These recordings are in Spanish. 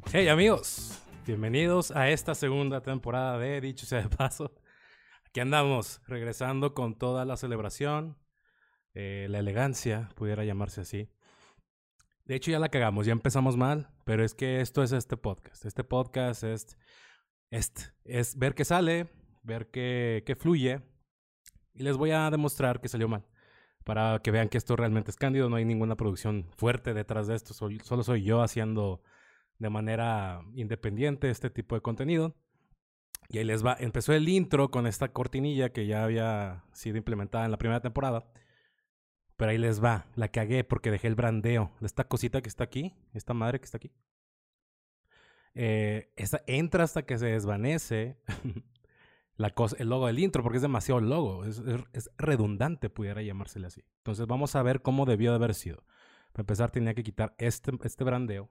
Hey amigos, bienvenidos a esta segunda temporada de Dicho sea de paso. Aquí andamos, regresando con toda la celebración, la elegancia, pudiera llamarse así. De hecho ya la cagamos, ya empezamos mal, pero es que esto es este podcast. Este podcast es ver qué sale, ver qué fluye, y les voy a demostrar que salió mal. Para que vean que esto realmente es cándido, no hay ninguna producción fuerte detrás de esto, solo soy yo haciendo de manera independiente este tipo de contenido. Y ahí les va. Empezó el intro con esta cortinilla que ya había sido implementada en la primera temporada. Pero ahí les va. La cagué porque dejé el brandeo. Esta cosita que está aquí, esta madre que está aquí. Esta entra hasta que se desvanece el logo del intro, porque es demasiado logo. Es redundante, pudiera llamársele así. Entonces vamos a ver cómo debió de haber sido. Para empezar tenía que quitar este brandeo.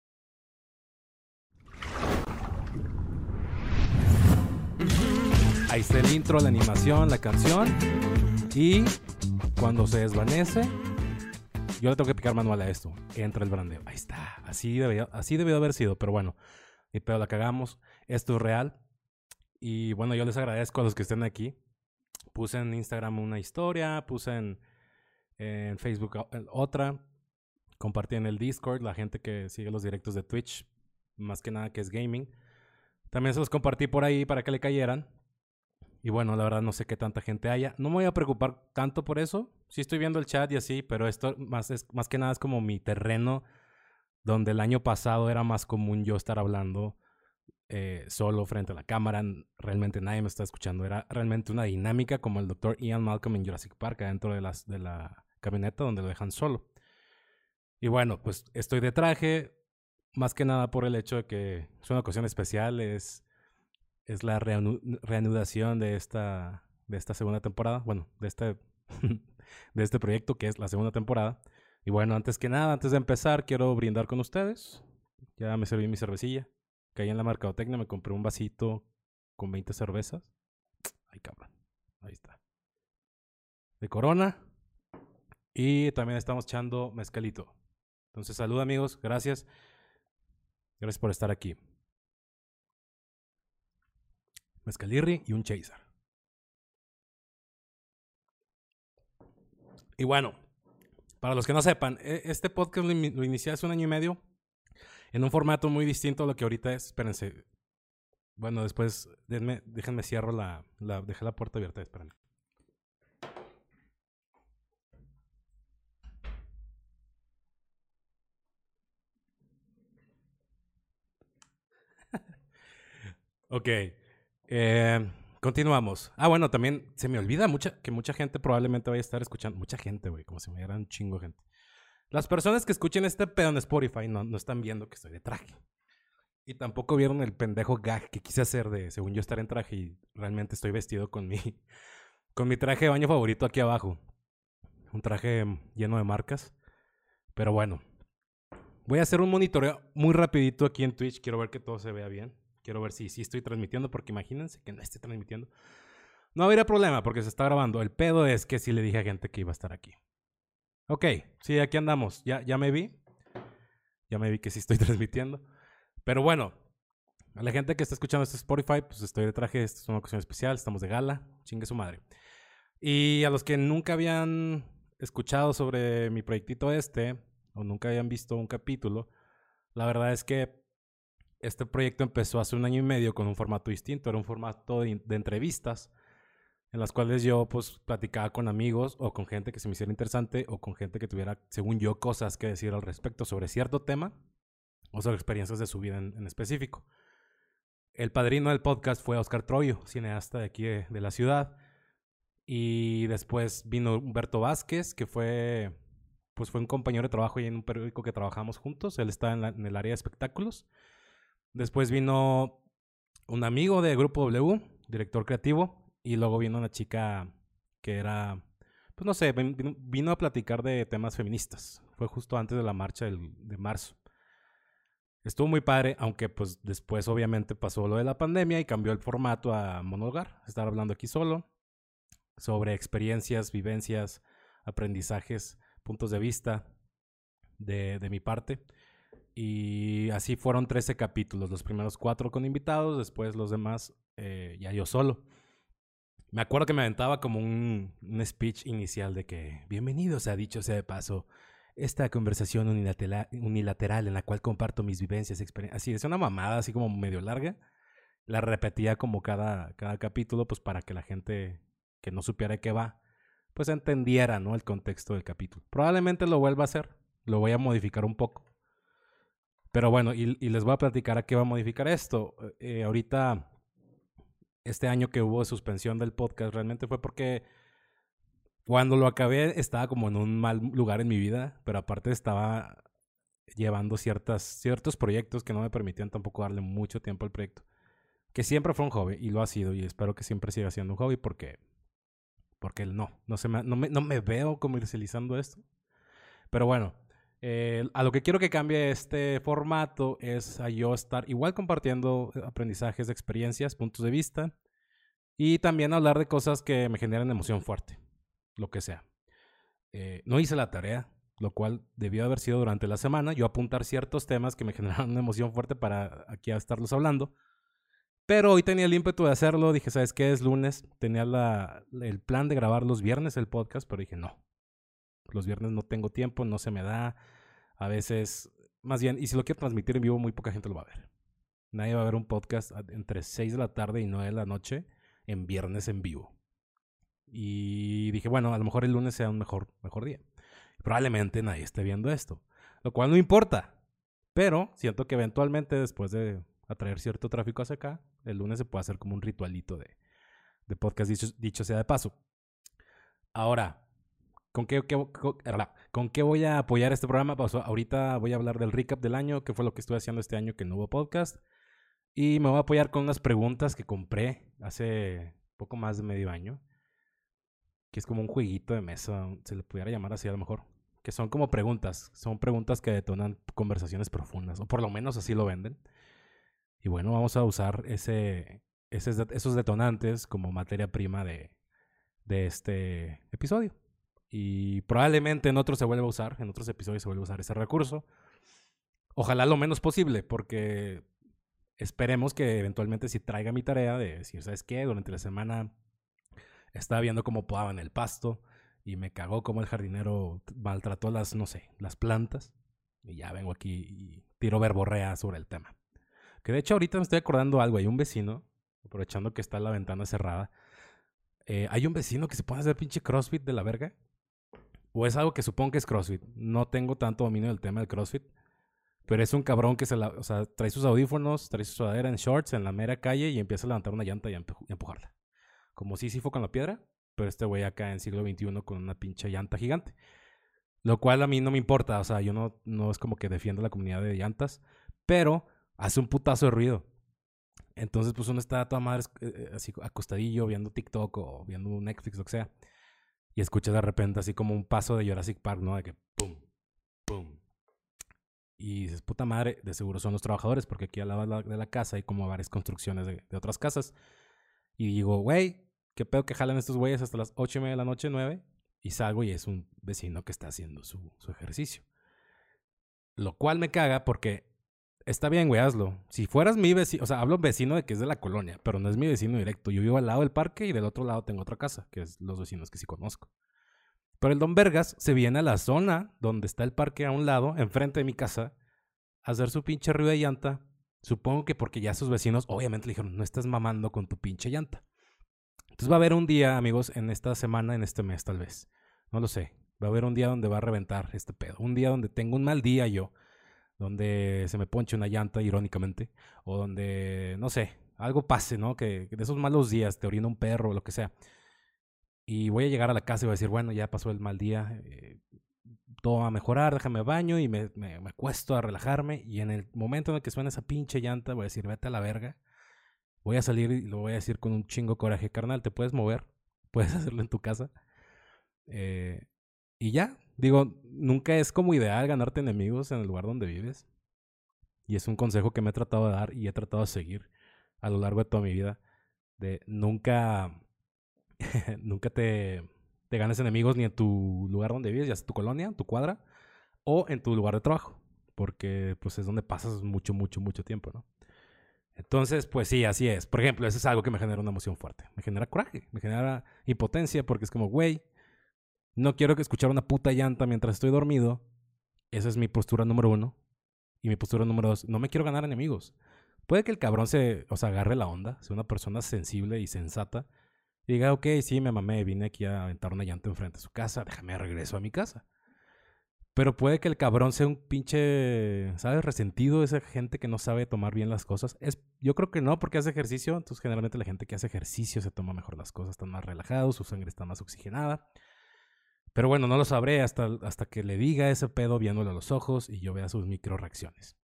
Ahí está el intro, la animación, la canción. Y cuando se desvanece, yo le tengo que picar manual a esto. Entra el brandeo. Ahí está. Así debió haber sido. Pero bueno, y pero la cagamos. Esto es real. Y bueno, yo les agradezco a los que estén aquí. Puse en Instagram una historia. Puse en Facebook otra. Compartí en el Discord. La gente que sigue los directos de Twitch. Más que nada que es gaming. También se los compartí por ahí para que le cayeran. Y bueno, la verdad no sé qué tanta gente haya. No me voy a preocupar tanto por eso. Sí estoy viendo el chat y así, pero esto más que nada es como mi terreno donde el año pasado era más común yo estar hablando solo frente a la cámara. Realmente nadie me está escuchando. Era realmente una dinámica como el Dr. Ian Malcolm en Jurassic Park adentro de la camioneta donde lo dejan solo. Y bueno, pues estoy de traje más que nada por el hecho de que es una ocasión especial. Es la reanudación de esta segunda temporada. Bueno, de este proyecto que es la segunda temporada. Y bueno, antes que nada, antes de empezar, quiero brindar con ustedes. Ya me serví mi cervecilla. Caí en la mercadotecnia, me compré un vasito con 20 cervezas. Ay, cabrón. Ahí está. De Corona. Y también estamos echando mezcalito. Entonces, salud amigos. Gracias. Gracias por estar aquí. Mezcalirri y un chaser. Y bueno, para los que no sepan, este podcast lo inicié hace 1 año y medio en un formato muy distinto a lo que ahorita es. Espérense. Bueno, después déjenme cierro dejé la puerta abierta, espérenme. Ok. Continuamos. Ah, bueno, también se me olvida que mucha gente probablemente vaya a estar escuchando. Mucha gente, güey, como si me dieran un chingo de gente. Las personas que escuchen este pedo en Spotify no están viendo que estoy de traje. Y tampoco vieron el pendejo gag que quise hacer de, según yo, estar en traje y realmente estoy vestido con mi traje de baño favorito aquí abajo. Un traje lleno de marcas. Pero bueno, voy a hacer un monitoreo muy rapidito aquí en Twitch. Quiero ver que todo se vea bien. Quiero ver si estoy transmitiendo, porque imagínense que no esté transmitiendo. No habría problema porque se está grabando. El pedo es que sí le dije a gente que iba a estar aquí. Ok, sí, aquí andamos. Ya me vi. Ya me vi que sí estoy transmitiendo. Pero bueno, a la gente que está escuchando este Spotify, pues estoy de traje. Esta es una ocasión especial. Estamos de gala. Chingue su madre. Y a los que nunca habían escuchado sobre mi proyectito o nunca habían visto un capítulo, la verdad es que este proyecto empezó hace 1 año y medio con un formato distinto. Era un formato de entrevistas en las cuales yo pues platicaba con amigos o con gente que se me hiciera interesante o con gente que tuviera, según yo, cosas que decir al respecto sobre cierto tema o sobre experiencias de su vida en específico. El padrino del podcast fue Oscar Troyo, cineasta de aquí de la ciudad. Y después vino Humberto Vázquez, que fue un compañero de trabajo y en un periódico que trabajamos juntos. Él está en el área de espectáculos. Después vino un amigo de Grupo W, director creativo. Y luego vino una chica que era, pues no sé, vino a platicar de temas feministas. Fue justo antes de la marcha de marzo. Estuvo muy padre, aunque pues después obviamente pasó lo de la pandemia y cambió el formato a monologar. Estar hablando aquí solo sobre experiencias, vivencias, aprendizajes, puntos de vista de mi parte. Y así fueron 13 capítulos. Los primeros 4 con invitados, después los demás ya yo solo. Me acuerdo que me aventaba como un speech inicial de que bienvenidos a dicho sea de paso esta conversación unilateral en la cual comparto mis vivencias, experiencias. Así, es una mamada así como medio larga. La repetía como cada capítulo pues para que la gente que no supiera de qué va pues entendiera, ¿no? El contexto del capítulo. Probablemente lo vuelva a hacer. Lo voy a modificar un poco. Pero bueno, y les voy a platicar a qué va a modificar esto. Ahorita, este año que hubo suspensión del podcast, realmente fue porque cuando lo acabé estaba como en un mal lugar en mi vida, pero aparte estaba llevando ciertos proyectos que no me permitían tampoco darle mucho tiempo al proyecto. Que siempre fue un hobby y lo ha sido y espero que siempre siga siendo un hobby porque no me veo comercializando esto. Pero bueno, a lo que quiero que cambie este formato es a yo estar igual compartiendo aprendizajes, experiencias, puntos de vista y también hablar de cosas que me generan emoción fuerte, lo que sea. No hice la tarea, lo cual debió haber sido durante la semana, yo apuntar ciertos temas que me generaron una emoción fuerte para aquí a estarlos hablando. Pero hoy tenía el ímpetu de hacerlo, dije, ¿sabes qué? Es lunes, tenía el plan de grabar los viernes el podcast, pero dije, no, los viernes no tengo tiempo, no se me da, a veces, más bien, y si lo quiero transmitir en vivo, muy poca gente lo va a ver. Nadie va a ver un podcast entre 6 de la tarde y 9 de la noche en viernes en vivo. Y dije, bueno, a lo mejor el lunes sea un mejor día. Probablemente nadie esté viendo esto, lo cual no importa, pero siento que eventualmente después de atraer cierto tráfico hacia acá, el lunes se puede hacer como un ritualito de podcast dicho sea de paso. Ahora, ¿con qué voy a apoyar este programa? Pues ahorita voy a hablar del recap del año, qué fue lo que estuve haciendo este año que no hubo podcast. Y me voy a apoyar con unas preguntas que compré hace poco más de medio año, que es como un jueguito de mesa, se le pudiera llamar así a lo mejor, que son como preguntas, son preguntas que detonan conversaciones profundas, o por lo menos así lo venden. Y bueno, vamos a usar esos detonantes como materia prima de este episodio. Y probablemente en otros se vuelva a usar, en otros episodios se vuelva a usar ese recurso. Ojalá lo menos posible, porque esperemos que eventualmente si traiga mi tarea de decir, ¿sabes qué? Durante la semana estaba viendo cómo podaban el pasto y me cagó cómo el jardinero maltrató las plantas. Y ya vengo aquí y tiro verborrea sobre el tema. Que de hecho ahorita me estoy acordando algo. Hay un vecino, aprovechando que está la ventana cerrada, hay un vecino que se pone a hacer pinche CrossFit de la verga. O es algo que supongo que es CrossFit. No tengo tanto dominio del tema del CrossFit. Pero es un cabrón que trae sus audífonos, trae su sudadera en shorts en la mera calle y empieza a levantar una llanta y a empujarla. Como Sísifo con la piedra, pero este güey acá en siglo XXI con una pinche llanta gigante. Lo cual a mí no me importa. O sea, yo no es como que defiendo la comunidad de llantas. Pero hace un putazo de ruido. Entonces, pues uno está a toda madre así acostadillo viendo TikTok o viendo Netflix, lo que sea. Y escuchas de repente así como un paso de Jurassic Park, ¿no? De que pum, pum. Y dices, puta madre, de seguro son los trabajadores, porque aquí al lado de la casa hay como varias construcciones de otras casas. Y digo, güey, ¿qué pedo que jalan estos güeyes hasta las 8:30 de la noche, 9? Y salgo y es un vecino que está haciendo su ejercicio. Lo cual me caga porque está bien, güey, hazlo. Si fueras mi vecino, o sea, hablo vecino de que es de la colonia, pero no es mi vecino directo. Yo vivo al lado del parque y del otro lado tengo otra casa, que es los vecinos que sí conozco. Pero el Don Vergas se viene a la zona donde está el parque a un lado, enfrente de mi casa, a hacer su pinche ruido de llanta. Supongo que porque ya sus vecinos obviamente le dijeron, no estás mamando con tu pinche llanta. Entonces va a haber un día, amigos, en esta semana, en este mes tal vez. No lo sé. Va a haber un día donde va a reventar este pedo. Un día donde tengo un mal día yo. Donde se me ponche una llanta, irónicamente. O donde, no sé, algo pase, ¿no? Que de esos malos días te orina un perro o lo que sea. Y voy a llegar a la casa y voy a decir, bueno, ya pasó el mal día. Todo va a mejorar, déjame baño y me acuesto a relajarme. Y en el momento en el que suena esa pinche llanta, voy a decir, vete a la verga. Voy a salir y lo voy a decir con un chingo coraje, carnal, te puedes mover, puedes hacerlo en tu casa. Y ya, digo, nunca es como ideal ganarte enemigos en el lugar donde vives. Y es un consejo que me he tratado de dar y he tratado de seguir a lo largo de toda mi vida. De nunca, nunca te ganes enemigos ni en tu lugar donde vives, ya sea tu colonia, tu cuadra, o en tu lugar de trabajo. porque pues es donde pasas mucho, mucho, mucho tiempo, ¿no? Entonces, pues sí, así es. Por ejemplo, eso es algo que me genera una emoción fuerte. Me genera coraje, me genera impotencia porque es como, güey, no quiero que escuchar una puta llanta mientras estoy dormido. Esa es mi postura número 1. Y mi postura número 2, no me quiero ganar enemigos. Puede que el cabrón agarre la onda, sea una persona sensible y sensata, y diga, ok, sí, me mamé, vine aquí a aventar una llanta enfrente de su casa, déjame regreso a mi casa. Pero puede que el cabrón sea un pinche, ¿sabes? Resentido, esa gente que no sabe tomar bien las cosas. Yo creo que no, porque hace ejercicio. Entonces, generalmente la gente que hace ejercicio se toma mejor las cosas, están más relajados, su sangre está más oxigenada. Pero bueno, no lo sabré hasta que le diga ese pedo viéndole a los ojos y yo vea sus micro reacciones.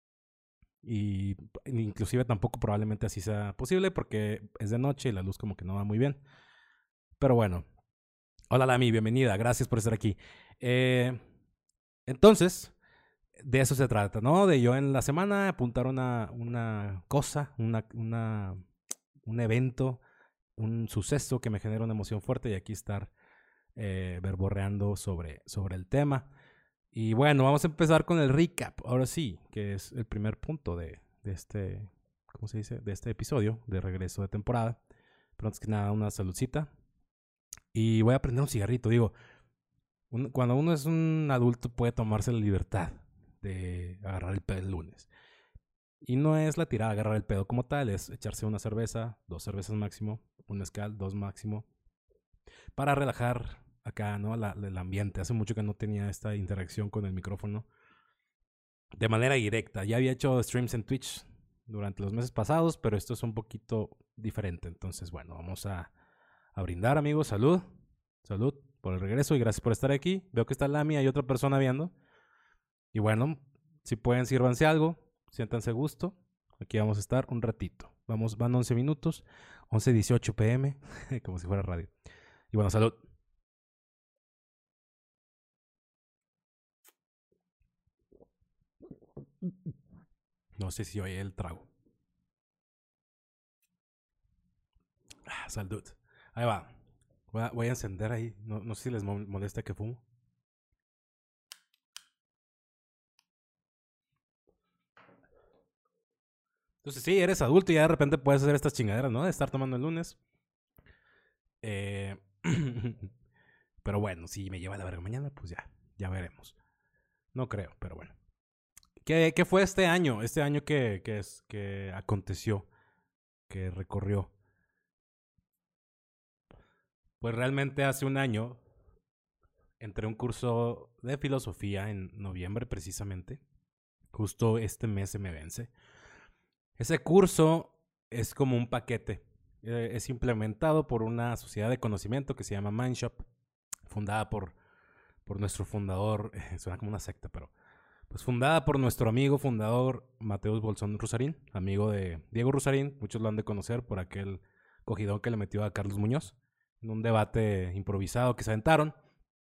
Y inclusive tampoco probablemente así sea posible porque es de noche y la luz como que no va muy bien. Pero bueno. Hola Lami, bienvenida. Gracias por estar aquí. Entonces, de eso se trata, ¿no? De yo en la semana apuntar una cosa, un evento, un suceso que me genera una emoción fuerte y aquí estar verborreando sobre el tema. Y bueno, vamos a empezar con el recap, ahora sí, que es el primer punto de este, ¿cómo se dice? De este episodio de regreso de temporada. Pero antes que nada, una saludcita. Y voy a prender un cigarrito, digo. Cuando uno es un adulto puede tomarse la libertad de agarrar el pedo el lunes. Y no es la tirada agarrar el pedo como tal, es echarse una cerveza, 2 cervezas máximo, un mezcal, 2 máximo, para relajar acá, ¿no? El ambiente. Hace mucho que no tenía esta interacción con el micrófono de manera directa. Ya había hecho streams en Twitch durante los meses pasados, pero esto es un poquito diferente. Entonces, bueno, vamos a brindar, amigos. Salud. Salud por el regreso y gracias por estar aquí. Veo que está Lami, hay otra persona viendo. Y bueno, si pueden, sírvanse algo, siéntanse a gusto. Aquí vamos a estar un ratito. Van 11 minutos, 11:18 p.m., como si fuera radio. Y bueno, salud. No sé si oye el trago. Salud. Ahí va. Voy a encender ahí. No sé si les molesta que fumo. Entonces sí, eres adulto y ya de repente puedes hacer estas chingaderas, ¿no? De estar tomando el lunes. Pero bueno, si me lleva la verga mañana, pues ya veremos. No creo, pero bueno. ¿Qué fue este año? Este año que aconteció, que recorrió. Pues realmente hace un año entré a un curso de filosofía en noviembre precisamente. Justo este mes se me vence. Ese curso es como un paquete. Es implementado por una sociedad de conocimiento que se llama Mindshop, fundada por nuestro fundador. Suena como una secta, pero pues fundada por nuestro amigo fundador Mateus Bolsón Rusarín, amigo de Diego Rusarín. Muchos lo han de conocer por aquel cogidón que le metió a Carlos Muñoz en un debate improvisado que se aventaron.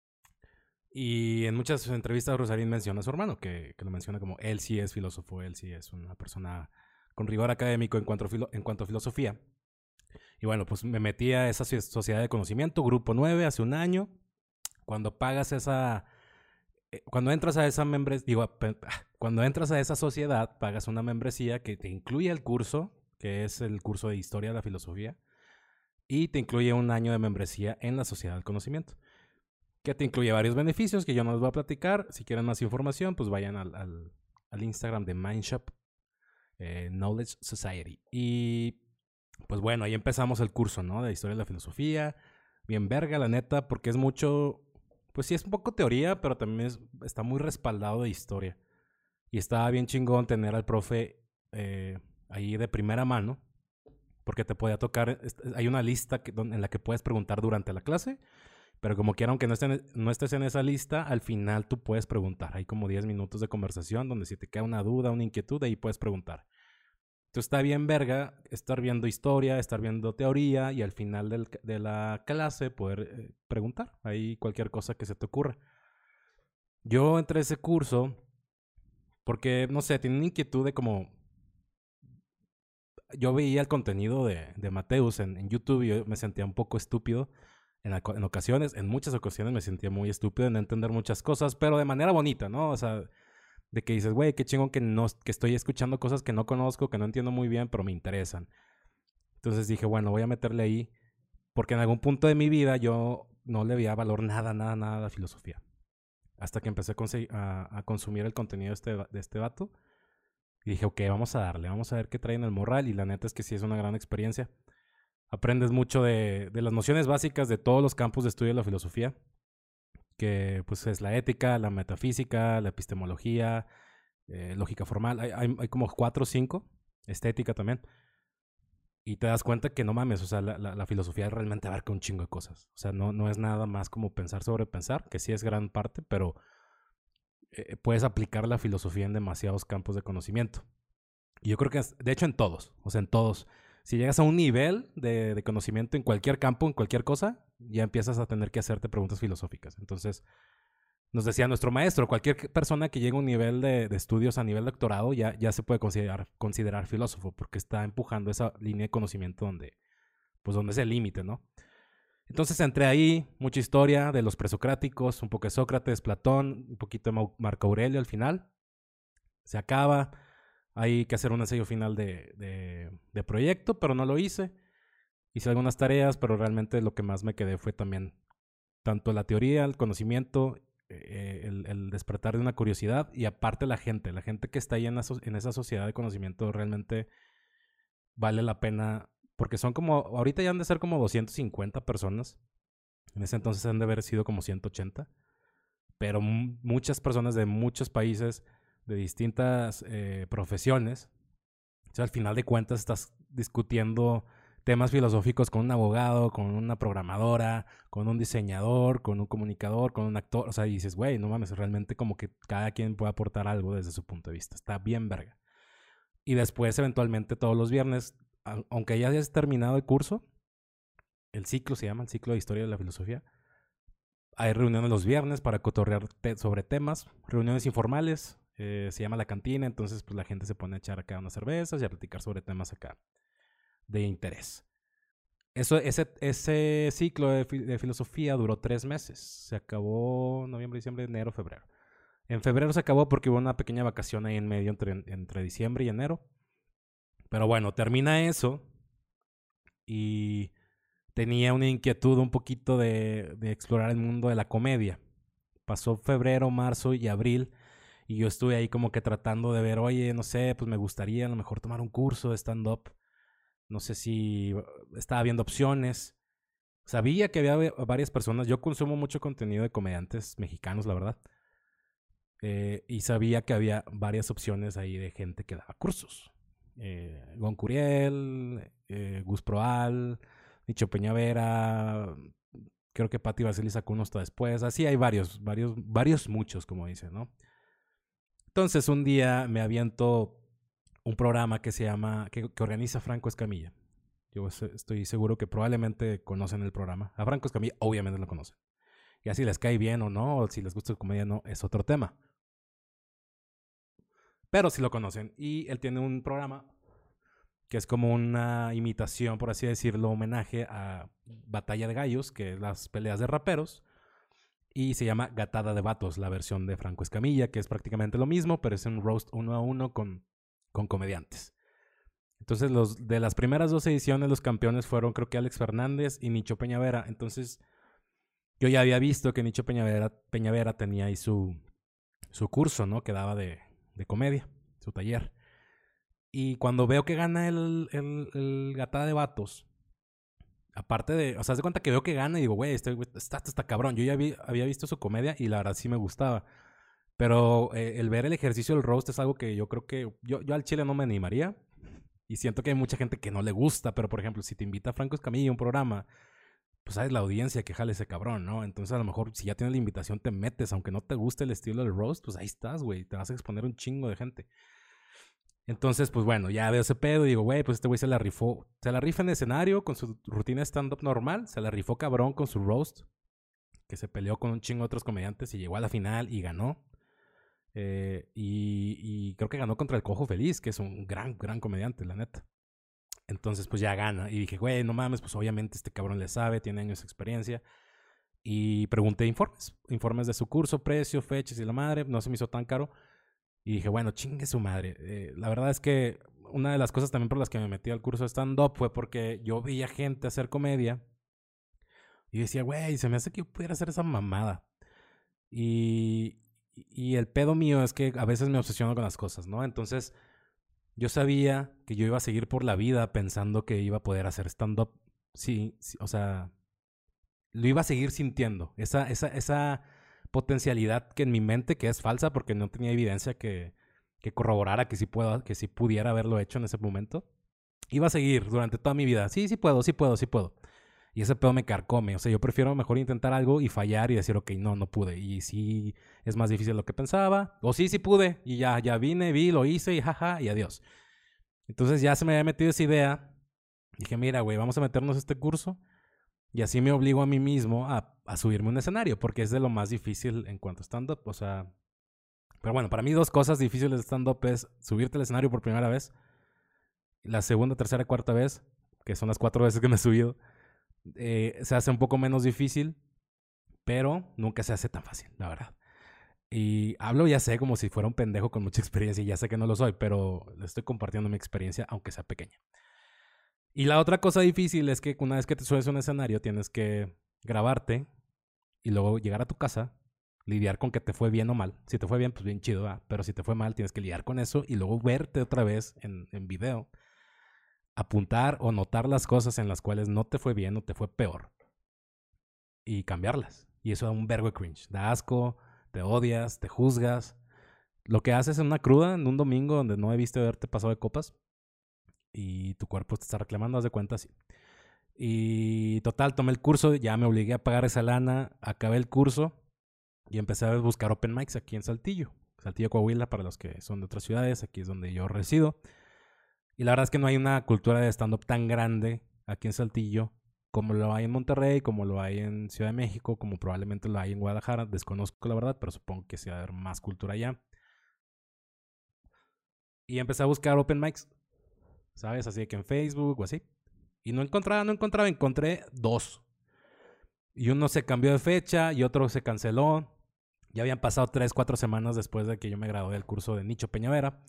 Y en muchas entrevistas Rusarín menciona a su hermano, que lo menciona como él sí es filósofo, él sí es una persona con rigor académico en cuanto a filosofía. Y bueno, pues me metí a esa sociedad de conocimiento, Grupo 9, hace un año. Cuando pagas cuando entras a esa cuando entras a esa sociedad, pagas una membresía que te incluye el curso, que es el curso de Historia de la Filosofía, y te incluye un año de membresía en la Sociedad del Conocimiento, que te incluye varios beneficios que yo no les voy a platicar. Si quieren más información, pues vayan al Instagram de Mindshop Knowledge Society. Y pues bueno, ahí empezamos el curso, ¿no? De Historia de la Filosofía. Bien verga, la neta, porque es mucho... Pues sí, es un poco teoría, pero también está muy respaldado de historia. Y estaba bien chingón tener al profe ahí de primera mano, porque te podía tocar... Hay una lista en la que puedes preguntar durante la clase, pero como quiera, aunque no estés en esa lista, al final tú puedes preguntar. Hay como 10 minutos de conversación donde si te queda una duda, una inquietud, ahí puedes preguntar. Entonces está bien verga estar viendo historia, estar viendo teoría y al final de la clase poder preguntar ahí cualquier cosa que se te ocurra. Yo entré a ese curso porque, no sé, tenía una inquietud de como... Yo veía el contenido de Mateus en YouTube y yo me sentía un poco estúpido en ocasiones. En muchas ocasiones me sentía muy estúpido en no entender muchas cosas, pero de manera bonita, ¿no? O sea, De que dices, güey, qué chingón que estoy escuchando cosas que no conozco, que no entiendo muy bien, pero me interesan. Entonces dije, bueno, voy a meterle ahí, porque en algún punto de mi vida yo no le veía valor nada a la filosofía. Hasta que empecé a consumir el contenido de este vato. Y dije, ok, vamos a darle, vamos a ver qué trae en el morral. Y la neta es que sí es una gran experiencia. Aprendes mucho de las nociones básicas de todos los campos de estudio de la filosofía, que pues es la ética, la metafísica, la epistemología, lógica formal. Hay como 4 o 5, estética también. Y te das cuenta que no mames, o sea, la filosofía realmente abarca un chingo de cosas. O sea, no es nada más como pensar sobre pensar, que sí es gran parte, pero puedes aplicar la filosofía en demasiados campos de conocimiento. Y yo creo que, de hecho, en todos, o sea, en todos. Si llegas a un nivel de conocimiento en cualquier campo, en cualquier cosa, ya empiezas a tener que hacerte preguntas filosóficas. Entonces, nos decía nuestro maestro, cualquier persona que llegue a un nivel de estudios a nivel doctorado ya se puede considerar filósofo, porque está empujando esa línea de conocimiento donde es el límite, ¿no? Entonces entré ahí, mucha historia de los presocráticos, un poco de Sócrates, Platón, un poquito de Marco Aurelio al final. Se acaba, hay que hacer un ensayo final de proyecto, pero no lo hice. Hice algunas tareas, pero realmente lo que más me quedé fue también tanto la teoría, el conocimiento, el despertar de una curiosidad y aparte la gente que está ahí en esa sociedad de conocimiento realmente vale la pena, porque son como, ahorita ya han de ser como 250 personas, en ese entonces han de haber sido como 180, pero muchas personas de muchos países, de distintas profesiones. O sea, al final de cuentas estás discutiendo temas filosóficos con un abogado, con una programadora, con un diseñador, con un comunicador, con un actor. O sea, y dices, güey, no mames, realmente como que cada quien puede aportar algo desde su punto de vista. Está bien verga. Y después, eventualmente, todos los viernes, aunque ya hayas terminado el curso, el ciclo se llama, el ciclo de historia de la filosofía, hay reuniones los viernes para cotorrear sobre temas, reuniones informales, se llama la cantina, entonces pues la gente se pone a echar acá unas cervezas y a platicar sobre temas acá de interés. Ese ciclo de filosofía duró 3 meses. Se acabó noviembre, diciembre, enero, febrero. En febrero se acabó porque hubo una pequeña vacación ahí en medio entre diciembre y enero. Pero bueno, termina eso y tenía una inquietud un poquito de explorar el mundo de la comedia. Pasó febrero, marzo y abril y yo estuve ahí como que tratando de ver, oye, no sé, pues me gustaría a lo mejor tomar un curso de stand-up. No sé si estaba viendo opciones. Sabía que había varias personas. Yo consumo mucho contenido de comediantes mexicanos, la verdad. Y sabía que había varias opciones ahí de gente que daba cursos. Gon Curiel, Gus Proal, Nicho Peñavera. Creo que Pati Basili sacó uno hasta después. Así hay varios muchos, como dicen, ¿no? Entonces un día me aviento un programa que se llama, que organiza Franco Escamilla. Yo estoy seguro que probablemente conocen el programa. A Franco Escamilla obviamente lo conocen. Ya si les cae bien o no, o si les gusta su comedia o no, es otro tema. Pero sí lo conocen. Y él tiene un programa que es como una imitación, por así decirlo, homenaje a Batalla de Gallos, que es las peleas de raperos. Y se llama Gatada de Vatos, la versión de Franco Escamilla, que es prácticamente lo mismo, pero es un roast 1-1 con comediantes. Entonces, de las primeras 2 ediciones, los campeones fueron, creo que Alex Fernández y Nicho Peñavera. Entonces, yo ya había visto que Nicho Peñavera tenía ahí su curso, ¿no? Que daba de comedia, su taller. Y cuando veo que gana el Gatada de Vatos, aparte de, o sea, se cuenta que veo que gana y digo, güey, este está cabrón. Yo ya había visto su comedia y la verdad sí me gustaba. Pero el ver el ejercicio del roast es algo que yo creo que yo al chile no me animaría. Y siento que hay mucha gente que no le gusta, pero por ejemplo, si te invita a Franco Escamilla a un programa, pues sabes la audiencia que jale ese cabrón, ¿no? Entonces a lo mejor si ya tienes la invitación te metes, aunque no te guste el estilo del roast, pues ahí estás, güey, te vas a exponer un chingo de gente. Entonces, pues bueno, ya veo ese pedo y digo, güey, pues este güey se la rifó. Se la rifa en escenario con su rutina de stand-up normal, se la rifó cabrón con su roast, que se peleó con un chingo de otros comediantes y llegó a la final y ganó. Y creo que ganó contra el Cojo Feliz, que es un gran comediante, la neta. Entonces, pues ya gana. Y dije, güey, no mames, pues obviamente este cabrón le sabe, tiene años de experiencia. Y pregunté informes de su curso, precio, fechas y la madre. No se me hizo tan caro. Y dije, bueno, chingue su madre. La verdad es que una de las cosas también por las que me metí al curso de stand-up fue porque yo veía gente hacer comedia y decía, güey, se me hace que yo pudiera hacer esa mamada. Y, y el pedo mío es que a veces me obsesiono con las cosas, ¿no? Entonces yo sabía que yo iba a seguir por la vida pensando que iba a poder hacer stand-up. Sí, sí, o sea, lo iba a seguir sintiendo. Esa potencialidad que en mi mente, que es falsa porque no tenía evidencia que corroborara que que sí pudiera haberlo hecho en ese momento, iba a seguir durante toda mi vida. Sí, sí puedo, sí puedo, sí puedo. Y ese pedo me carcome. O sea, yo prefiero mejor intentar algo y fallar y decir, ok, no, no pude. Y sí es más difícil de lo que pensaba. O sí, sí pude. Y ya vine, vi, lo hice y jaja, y adiós. Entonces ya se me había metido esa idea. Dije, mira, güey, vamos a meternos a este curso. Y así me obligo a mí mismo a subirme a un escenario, porque es de lo más difícil en cuanto a stand-up. O sea, pero bueno, para mí dos cosas difíciles de stand-up es subirte al escenario por primera vez, la segunda, tercera, cuarta vez, que son las 4 veces que me he subido, se hace un poco menos difícil, pero nunca se hace tan fácil, la verdad. Y hablo, ya sé, como si fuera un pendejo con mucha experiencia, y ya sé que no lo soy, pero le estoy compartiendo mi experiencia, aunque sea pequeña. Y la otra cosa difícil es que una vez que te subes a un escenario, tienes que grabarte y luego llegar a tu casa, lidiar con que te fue bien o mal. Si te fue bien, pues bien chido, ¿verdad? Pero si te fue mal, tienes que lidiar con eso y luego verte otra vez en video, apuntar o notar las cosas en las cuales no te fue bien o te fue peor y cambiarlas. Y eso da un vergo de cringe. Da asco, te odias, te juzgas. Lo que haces en una cruda, en un domingo donde no debiste haberte pasado de copas y tu cuerpo te está reclamando, haz de cuenta, sí. Y total, tomé el curso, ya me obligué a pagar esa lana, acabé el curso y empecé a buscar open mics aquí en Saltillo. Saltillo, Coahuila, para los que son de otras ciudades, aquí es donde yo resido. Y la verdad es que no hay una cultura de stand-up tan grande aquí en Saltillo como lo hay en Monterrey, como lo hay en Ciudad de México, como probablemente lo hay en Guadalajara. Desconozco la verdad, pero supongo que sí va a haber más cultura allá. Y empecé a buscar open mics, ¿sabes? Así que en Facebook o así. Y no encontraba, encontré dos. Y uno se cambió de fecha y otro se canceló. Ya habían pasado 3, 4 semanas después de que yo me gradué del curso de Nicho Peñavera.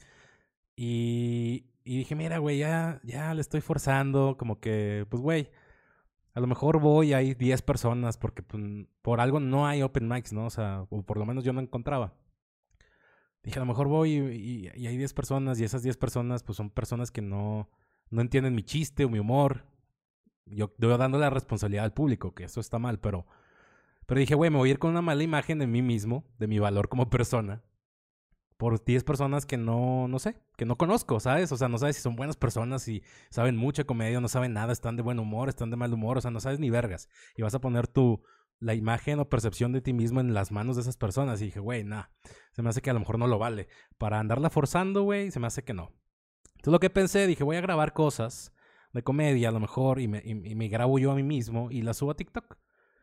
Y dije, mira, güey, ya le estoy forzando. Como que, pues, güey, a lo mejor voy, hay 10 personas, porque pues, por algo no hay open mics, ¿no? O sea, o por lo menos yo no encontraba. Dije, a lo mejor voy y hay 10 personas y esas 10 personas, pues son personas que no entienden mi chiste o mi humor. Yo dando la responsabilidad al público, que eso está mal, pero dije, güey, me voy a ir con una mala imagen de mí mismo, de mi valor como persona, por 10 personas que no sé, que no conozco, ¿sabes? O sea, no sabes si son buenas personas, si saben mucha comedia, no saben nada, están de buen humor, están de mal humor, o sea, no sabes ni vergas. Y vas a poner la imagen o percepción de ti mismo en las manos de esas personas. Y dije, güey, nah, se me hace que a lo mejor no lo vale. Para andarla forzando, güey, se me hace que no. Entonces lo que pensé, dije, voy a grabar cosas de comedia a lo mejor y me grabo yo a mí mismo y las subo a TikTok.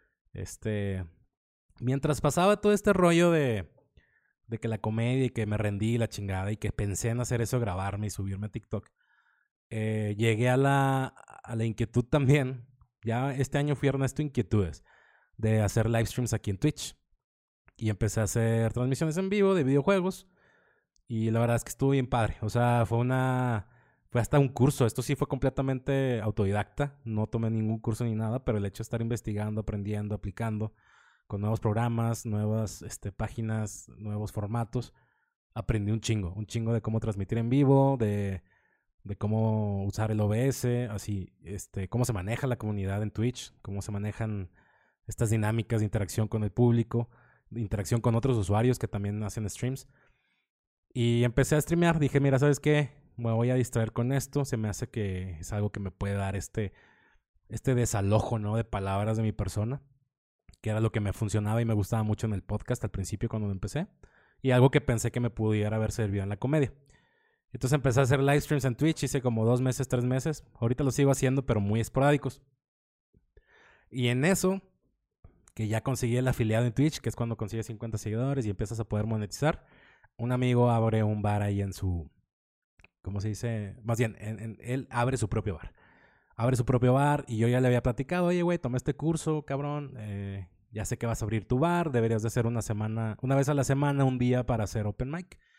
Mientras pasaba todo este rollo de que la comedia y que me rendí la chingada y que pensé en hacer eso, grabarme y subirme a TikTok, llegué a la inquietud también. Ya este año fui Ernesto Inquietudes de hacer live streams aquí en Twitch. Y empecé a hacer transmisiones en vivo de videojuegos. Y la verdad es que estuvo bien padre. O sea, fue hasta un curso. Esto sí fue completamente autodidacta. No tomé ningún curso ni nada, pero el hecho de estar investigando, aprendiendo, aplicando con nuevos programas, nuevas páginas, nuevos formatos, aprendí un chingo de cómo transmitir en vivo, de cómo usar el OBS, así, cómo se maneja la comunidad en Twitch, cómo se manejan estas dinámicas de interacción con el público, de interacción con otros usuarios que también hacen streams. Y empecé a streamear. Dije, mira, ¿sabes qué? Me voy a distraer con esto. Se me hace que es algo que me puede dar este desalojo, ¿no? De palabras de mi persona, que era lo que me funcionaba y me gustaba mucho en el podcast al principio cuando empecé. Y algo que pensé que me pudiera haber servido en la comedia. Entonces empecé a hacer live streams en Twitch. Hice como 2 meses, 3 meses. Ahorita lo sigo haciendo, pero muy esporádicos. Y en eso, que ya conseguí el afiliado en Twitch, que es cuando consigues 50 seguidores y empiezas a poder monetizar, un amigo abre un bar ahí en su... ¿Cómo se dice? Más bien, él abre su propio bar. Abre su propio bar y yo ya le había platicado, oye, güey, toma este curso, cabrón. Ya sé que vas a abrir tu bar, deberías de hacer una vez a la semana, un día para hacer open mic.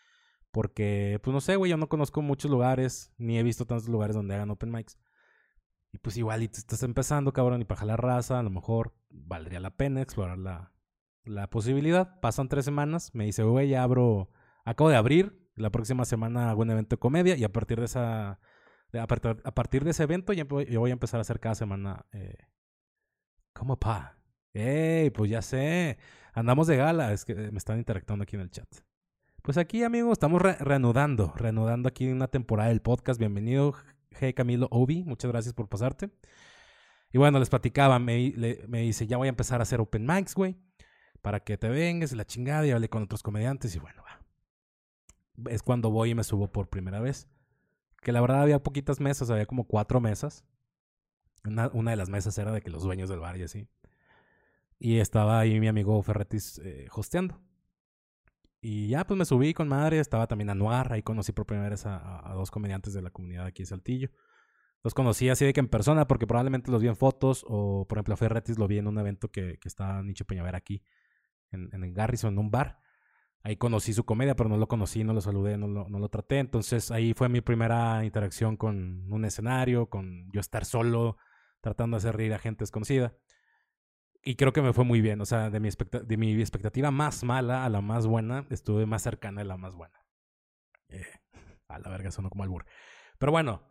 Porque, pues no sé, güey, yo no conozco muchos lugares, ni he visto tantos lugares donde hagan open mics. Y pues igual, y te estás empezando, cabrón, y para jalar raza, a lo mejor valdría la pena explorar la posibilidad. Pasan 3 semanas, me dice, güey, ya acabo de abrir, la próxima semana hago un evento de comedia y a partir de a partir de ese evento yo voy a empezar a hacer cada semana, ¿cómo pa? ¡Ey! Pues ya sé, andamos de gala, es que me están interactuando aquí en el chat. Pues aquí, amigos, estamos reanudando aquí una temporada del podcast. Bienvenido, G. Camilo Obi. Muchas gracias por pasarte. Y bueno, les platicaba, me dice, ya voy a empezar a hacer open mics, güey, para que te vengas, la chingada, y hablé con otros comediantes, y bueno, va. Es cuando voy y me subo por primera vez. Que la verdad había poquitas mesas, había como 4 mesas. Una de las mesas era de que los dueños del bar y así. Y estaba ahí mi amigo Ferretis hosteando. Y ya, pues me subí con madre. Estaba también Anuar. Ahí conocí por primera vez a 2 comediantes de la comunidad aquí de Saltillo. Los conocí así de que en persona, porque probablemente los vi en fotos. O, por ejemplo, a Ferretis lo vi en un evento que estaba Nicho Peñavera aquí, en el Garrison, en un bar. Ahí conocí su comedia, pero no lo conocí, no lo saludé, no lo traté. Entonces ahí fue mi primera interacción con un escenario, con yo estar solo, tratando de hacer reír a gente desconocida. Y creo que me fue muy bien. O sea, de mi expectativa más mala a la más buena, estuve más cercana de la más buena. A la verga, sonó como albur. Pero bueno,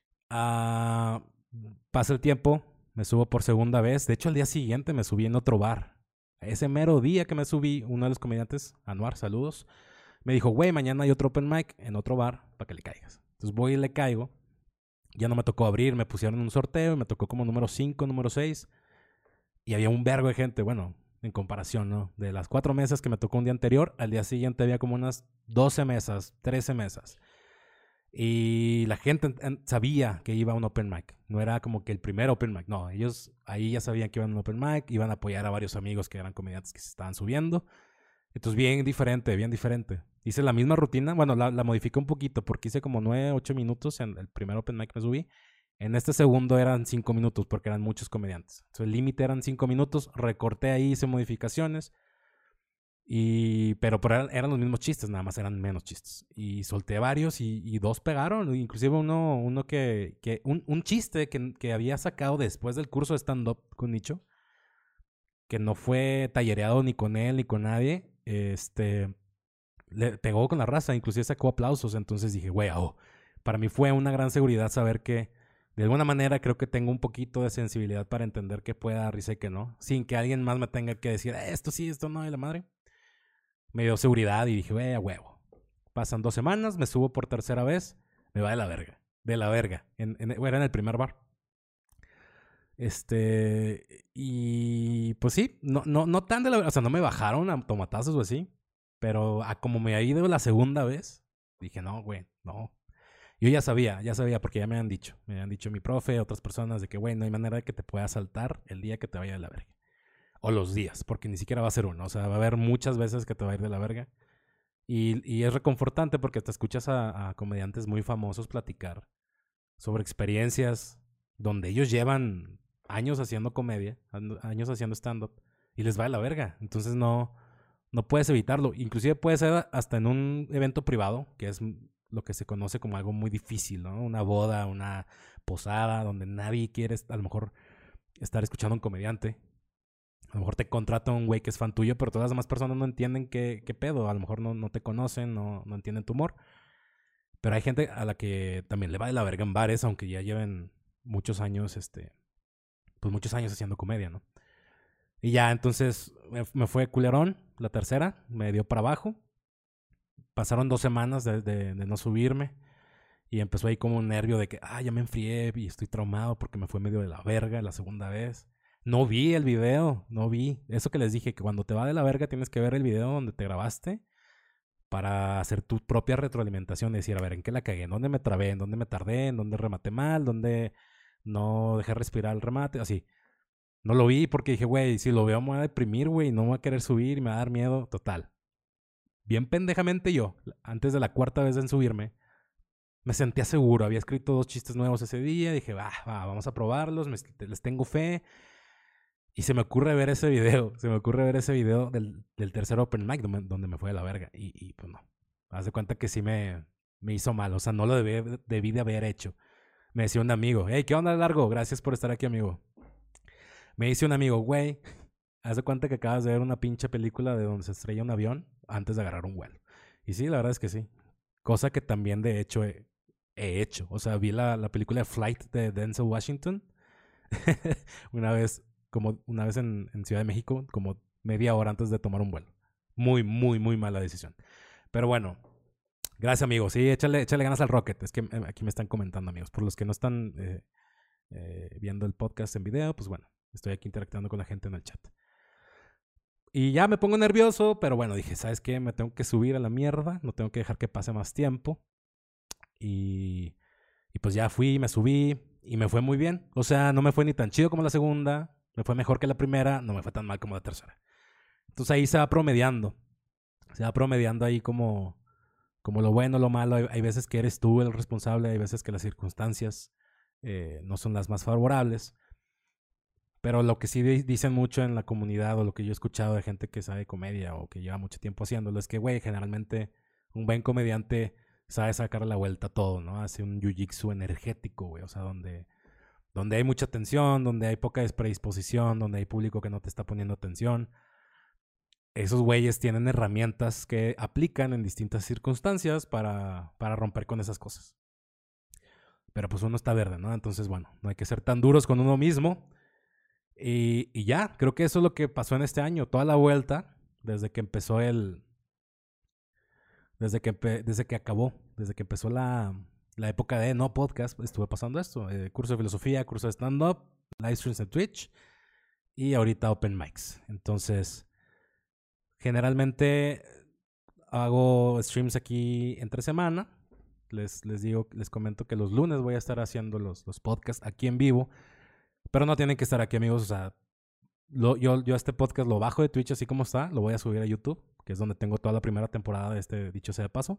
pasa el tiempo, me subo por segunda vez. De hecho, al día siguiente me subí en otro bar. Ese mero día que me subí, uno de los comediantes, Anuar, saludos, me dijo, güey, mañana hay otro open mic en otro bar para que le caigas. Entonces voy y le caigo. Ya no me tocó abrir, me pusieron un sorteo y me tocó como número 5, número 6. Y había un vergo de gente, bueno, en comparación, ¿no? De las 4 mesas que me tocó un día anterior, al día siguiente había como unas 12 mesas, 13 mesas. Y la gente sabía que iba a un open mic. No era como que el primer open mic. No, ellos ahí ya sabían que iban a un open mic. Iban a apoyar a varios amigos que eran comediantes que se estaban subiendo. Entonces, bien diferente, bien diferente. Hice la misma rutina. Bueno, la modifiqué un poquito porque hice como 9, 8 minutos en el primer open mic que me subí. En este segundo eran 5 minutos porque eran muchos comediantes. Entonces, el límite eran 5 minutos. Recorté ahí, hice modificaciones. Pero eran los mismos chistes, nada más eran menos chistes. Y solté varios y 2 pegaron. Inclusive uno un chiste que había sacado después del curso de stand-up con Nicho, que no fue tallereado ni con él ni con nadie, le pegó con la raza, inclusive sacó aplausos. Entonces dije, güey, para mí fue una gran seguridad saber que de alguna manera creo que tengo un poquito de sensibilidad para entender que pueda dar risa y que no, sin que alguien más me tenga que decir, esto sí, esto no, y la madre. Me dio seguridad y dije, güey, a huevo. Pasan 2 semanas, me subo por tercera vez, me va de la verga. De la verga. Era en el primer bar. Y pues sí, no tan de la verga. O sea, no me bajaron a tomatazos o así. Pero a como me ha ido la segunda vez, dije, no, güey, no. Yo ya sabía, porque ya me han dicho. Me han dicho mi profe, otras personas, de que, güey, no hay manera de que te pueda saltar el día que te vaya de la verga. O los días, porque ni siquiera va a ser uno. O sea, va a haber muchas veces que te va a ir de la verga. Y es reconfortante porque te escuchas a comediantes muy famosos platicar sobre experiencias donde ellos llevan años haciendo comedia, años haciendo stand-up, y les va de la verga. Entonces no puedes evitarlo. Inclusive puede ser hasta en un evento privado, que es lo que se conoce como algo muy difícil, ¿no? Una boda, una posada, donde nadie quiere a lo mejor estar escuchando a un comediante. A lo mejor te contrata un güey que es fan tuyo, pero todas las demás personas no entienden qué pedo. A lo mejor no te conocen, no entienden tu humor. Pero hay gente a la que también le va de la verga en bares, aunque ya lleven muchos años, pues muchos años haciendo comedia, ¿no? Y ya, entonces me fue culerón la tercera, me dio para abajo. Pasaron 2 semanas de no subirme. Y empezó ahí como un nervio de que, ya me enfrié y estoy traumado porque me fue medio de la verga la segunda vez. No vi el video, no vi. Eso que les dije, que cuando te va de la verga tienes que ver el video donde te grabaste para hacer tu propia retroalimentación y decir, a ver, ¿en qué la cagué? ¿En dónde me trabé? ¿En dónde me tardé? ¿En dónde rematé mal? ¿Dónde no dejé respirar el remate? Así. No lo vi porque dije, güey, si lo veo me voy a deprimir, güey, no me voy a querer subir y me va a dar miedo. Total. Bien pendejamente yo, antes de la 4ª vez en subirme, me sentía seguro. Había escrito 2 chistes nuevos ese día. Dije, vamos a probarlos. Les tengo fe. Y se me ocurre ver ese video. Se me ocurre ver ese video del tercer open mic donde me fue de la verga. Y pues no. Haz de cuenta que sí me hizo mal. O sea, no lo debí de haber hecho. Me decía un amigo, hey, ¿qué onda, Largo? Gracias por estar aquí, amigo. Me dice un amigo, güey, haz de cuenta que acabas de ver una pinche película de donde se estrella un avión antes de agarrar un vuelo. Y sí, la verdad es que sí. Cosa que también, de hecho, he hecho. O sea, vi la película Flight de Denzel Washington. una vez en Ciudad de México, como media hora antes de tomar un vuelo. Muy, muy, muy mala decisión. Pero bueno, gracias, amigo. Sí, échale ganas al Rocket. Es que aquí me están comentando, amigos. Por los que no están viendo el podcast en video, pues bueno, estoy aquí interactuando con la gente en el chat. Y ya me pongo nervioso, pero bueno, dije, ¿sabes qué? Me tengo que subir a la mierda. No tengo que dejar que pase más tiempo. Y pues ya fui, me subí y me fue muy bien. O sea, no me fue ni tan chido como la segunda. Me fue mejor que la primera. No me fue tan mal como la tercera. Entonces ahí se va promediando. Se va promediando ahí como lo bueno, lo malo. Hay veces que eres tú el responsable. Hay veces que las circunstancias no son las más favorables. Pero lo que sí dicen mucho en la comunidad, o lo que yo he escuchado de gente que sabe comedia o que lleva mucho tiempo haciéndolo, es que, güey, generalmente un buen comediante sabe sacar la vuelta a todo, ¿no? Hace un jiu-jitsu energético, güey. O sea, donde hay mucha tensión, donde hay poca predisposición, donde hay público que no te está poniendo atención. Esos güeyes tienen herramientas que aplican en distintas circunstancias para romper con esas cosas. Pero pues uno está verde, ¿no? Entonces, bueno, no hay que ser tan duros con uno mismo. Y ya, creo que eso es lo que pasó en este año. Toda la vuelta, desde que empezó desde que acabó, desde que empezó la época de no podcast, estuve pasando esto. Curso de filosofía, curso de stand-up, live streams en Twitch y ahorita open mics. Entonces, generalmente hago streams aquí entre semana. Les comento que los lunes voy a estar haciendo los podcasts aquí en vivo. Pero no tienen que estar aquí, amigos. O sea, yo este podcast lo bajo de Twitch así como está. Lo voy a subir a YouTube, que es donde tengo toda la primera temporada de este, dicho sea de paso.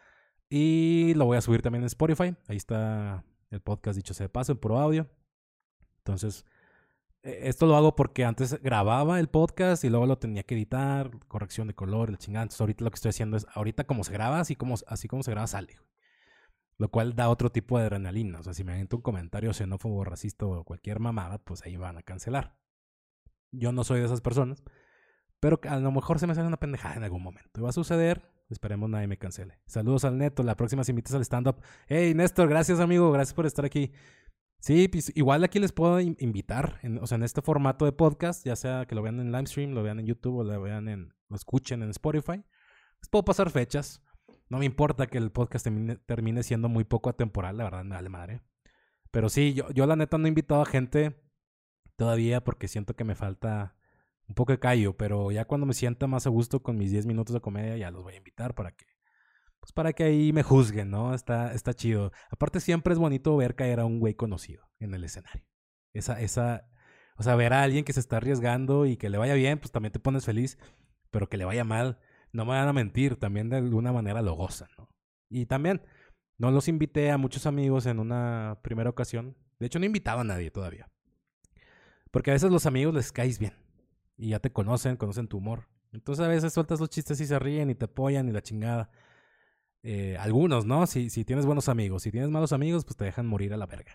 Y lo voy a subir también en Spotify. Ahí está el podcast, dicho sea de paso, en puro audio. Entonces, esto lo hago porque antes grababa el podcast y luego lo tenía que editar, corrección de color, el chingada. Entonces, ahorita lo que estoy haciendo es, ahorita como se graba, así como se graba, sale. Lo cual da otro tipo de adrenalina. O sea, si me aviento un comentario xenófobo, racista o cualquier mamada, pues ahí van a cancelar. Yo no soy de esas personas, pero a lo mejor se me sale una pendejada en algún momento. Y va a suceder, esperemos nadie me cancele. Saludos al Neto, la próxima se invitas al stand-up. Hey, Néstor, gracias, amigo, gracias por estar aquí. Sí, pues igual aquí les puedo invitar, o sea, en este formato de podcast, ya sea que lo vean en livestream, lo vean en YouTube o lo escuchen en Spotify. Les puedo pasar fechas. No me importa que el podcast termine siendo muy poco atemporal, la verdad me vale madre. Pero sí, yo la neta no he invitado a gente todavía porque siento que me falta un poco de callo, pero ya cuando me sienta más a gusto con mis 10 minutos de comedia ya los voy a invitar para que ahí me juzguen, ¿no? Está chido. Aparte siempre es bonito ver caer a un güey conocido en el escenario. O sea, ver a alguien que se está arriesgando y que le vaya bien, pues también te pones feliz, pero que le vaya mal, no me van a mentir, también de alguna manera lo gozan, ¿no? Y también, no los invité a muchos amigos en una primera ocasión. De hecho, no invitaba a nadie todavía. Porque a veces los amigos les caes bien. Y ya te conocen tu humor. Entonces a veces sueltas los chistes y se ríen y te apoyan y la chingada. Algunos, ¿no? Si tienes buenos amigos. Si tienes malos amigos, pues te dejan morir a la verga.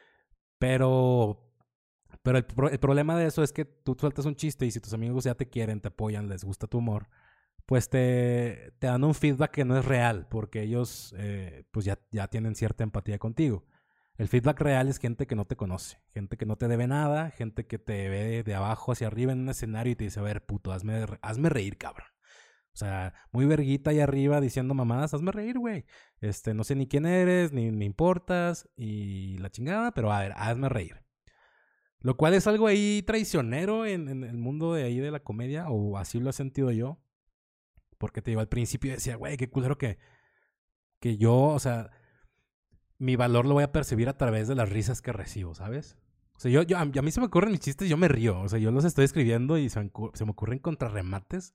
Pero el problema de eso es que tú sueltas un chiste y si tus amigos ya te quieren, te apoyan, les gusta tu humor, pues te dan un feedback que no es real, porque ellos pues ya tienen cierta empatía contigo. El feedback real es gente que no te conoce, gente que no te debe nada, gente que te ve de abajo hacia arriba en un escenario y te dice, a ver, puto, hazme reír, cabrón. O sea, muy verguita ahí arriba diciendo mamadas, hazme reír, güey. No sé ni quién eres, ni me importas y la chingada, pero a ver, hazme reír. Lo cual es algo ahí traicionero en el mundo de ahí de la comedia, o así lo he sentido yo. Porque te digo, al principio decía, güey, qué culero que yo, o sea, mi valor lo voy a percibir a través de las risas que recibo, ¿sabes? O sea, a mí se me ocurren mis chistes y yo me río. O sea, yo los estoy escribiendo y se me ocurren contrarremates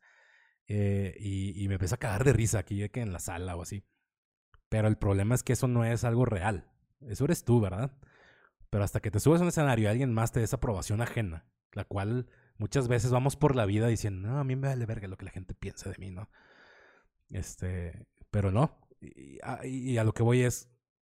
y me empiezo a cagar de risa aquí de que en la sala o así. Pero el problema es que eso no es algo real. Eso eres tú, ¿verdad? Pero hasta que te subes a un escenario y alguien más te dé esa aprobación ajena, la cual muchas veces vamos por la vida diciendo, no, a mí me vale verga lo que la gente piensa de mí, ¿no? Pero no. Y a lo que voy es,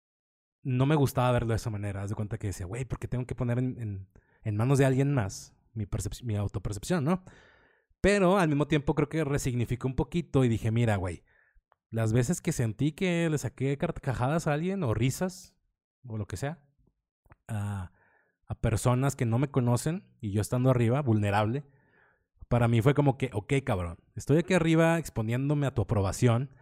no me gustaba verlo de esa manera. Haz de cuenta que decía, güey, ¿por qué tengo que poner en manos de alguien más mi autopercepción, ¿no? Pero al mismo tiempo creo que resignificó un poquito y dije, mira, güey, las veces que sentí que le saqué carcajadas a alguien o risas o lo que sea a, a personas que no me conocen y yo estando arriba, vulnerable, para mí fue como que, ok, cabrón, estoy aquí arriba exponiéndome a tu aprobación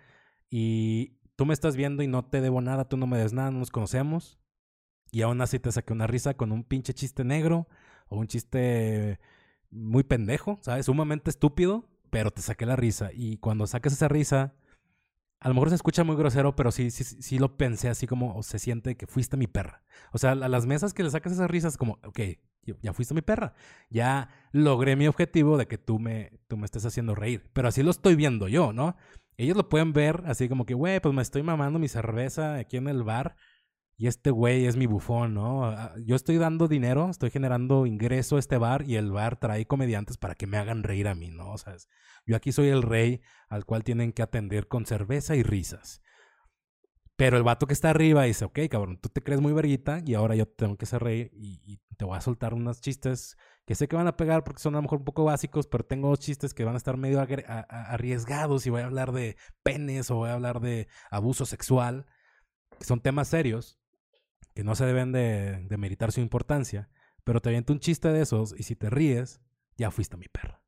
y tú me estás viendo y no te debo nada, tú no me des nada, no nos conocemos y aún así te saqué una risa con un pinche chiste negro o un chiste muy pendejo, ¿sabes? Sumamente estúpido, pero te saqué la risa y cuando saques esa risa a lo mejor se escucha muy grosero, pero sí lo pensé así como se siente que fuiste mi perra. O sea, a las mesas que le sacas esas risas, como, ok, ya fuiste mi perra. Ya logré mi objetivo de que tú me estés haciendo reír. Pero así lo estoy viendo yo, ¿no? Ellos lo pueden ver así como que, güey, pues me estoy mamando mi cerveza aquí en el bar y este güey es mi bufón, ¿no? Yo estoy dando dinero, estoy generando ingreso a este bar y el bar trae comediantes para que me hagan reír a mí, ¿no? O sea, yo aquí soy el rey al cual tienen que atender con cerveza y risas. Pero el vato que está arriba dice, ok, cabrón, tú te crees muy verguita y ahora yo te tengo que hacer reír y te voy a soltar unos chistes que sé que van a pegar porque son a lo mejor un poco básicos, pero tengo chistes que van a estar medio arriesgados y voy a hablar de penes o voy a hablar de abuso sexual, que son temas serios que no se deben de meritar su importancia, pero te aviento un chiste de esos y si te ríes, ya fuiste mi perra.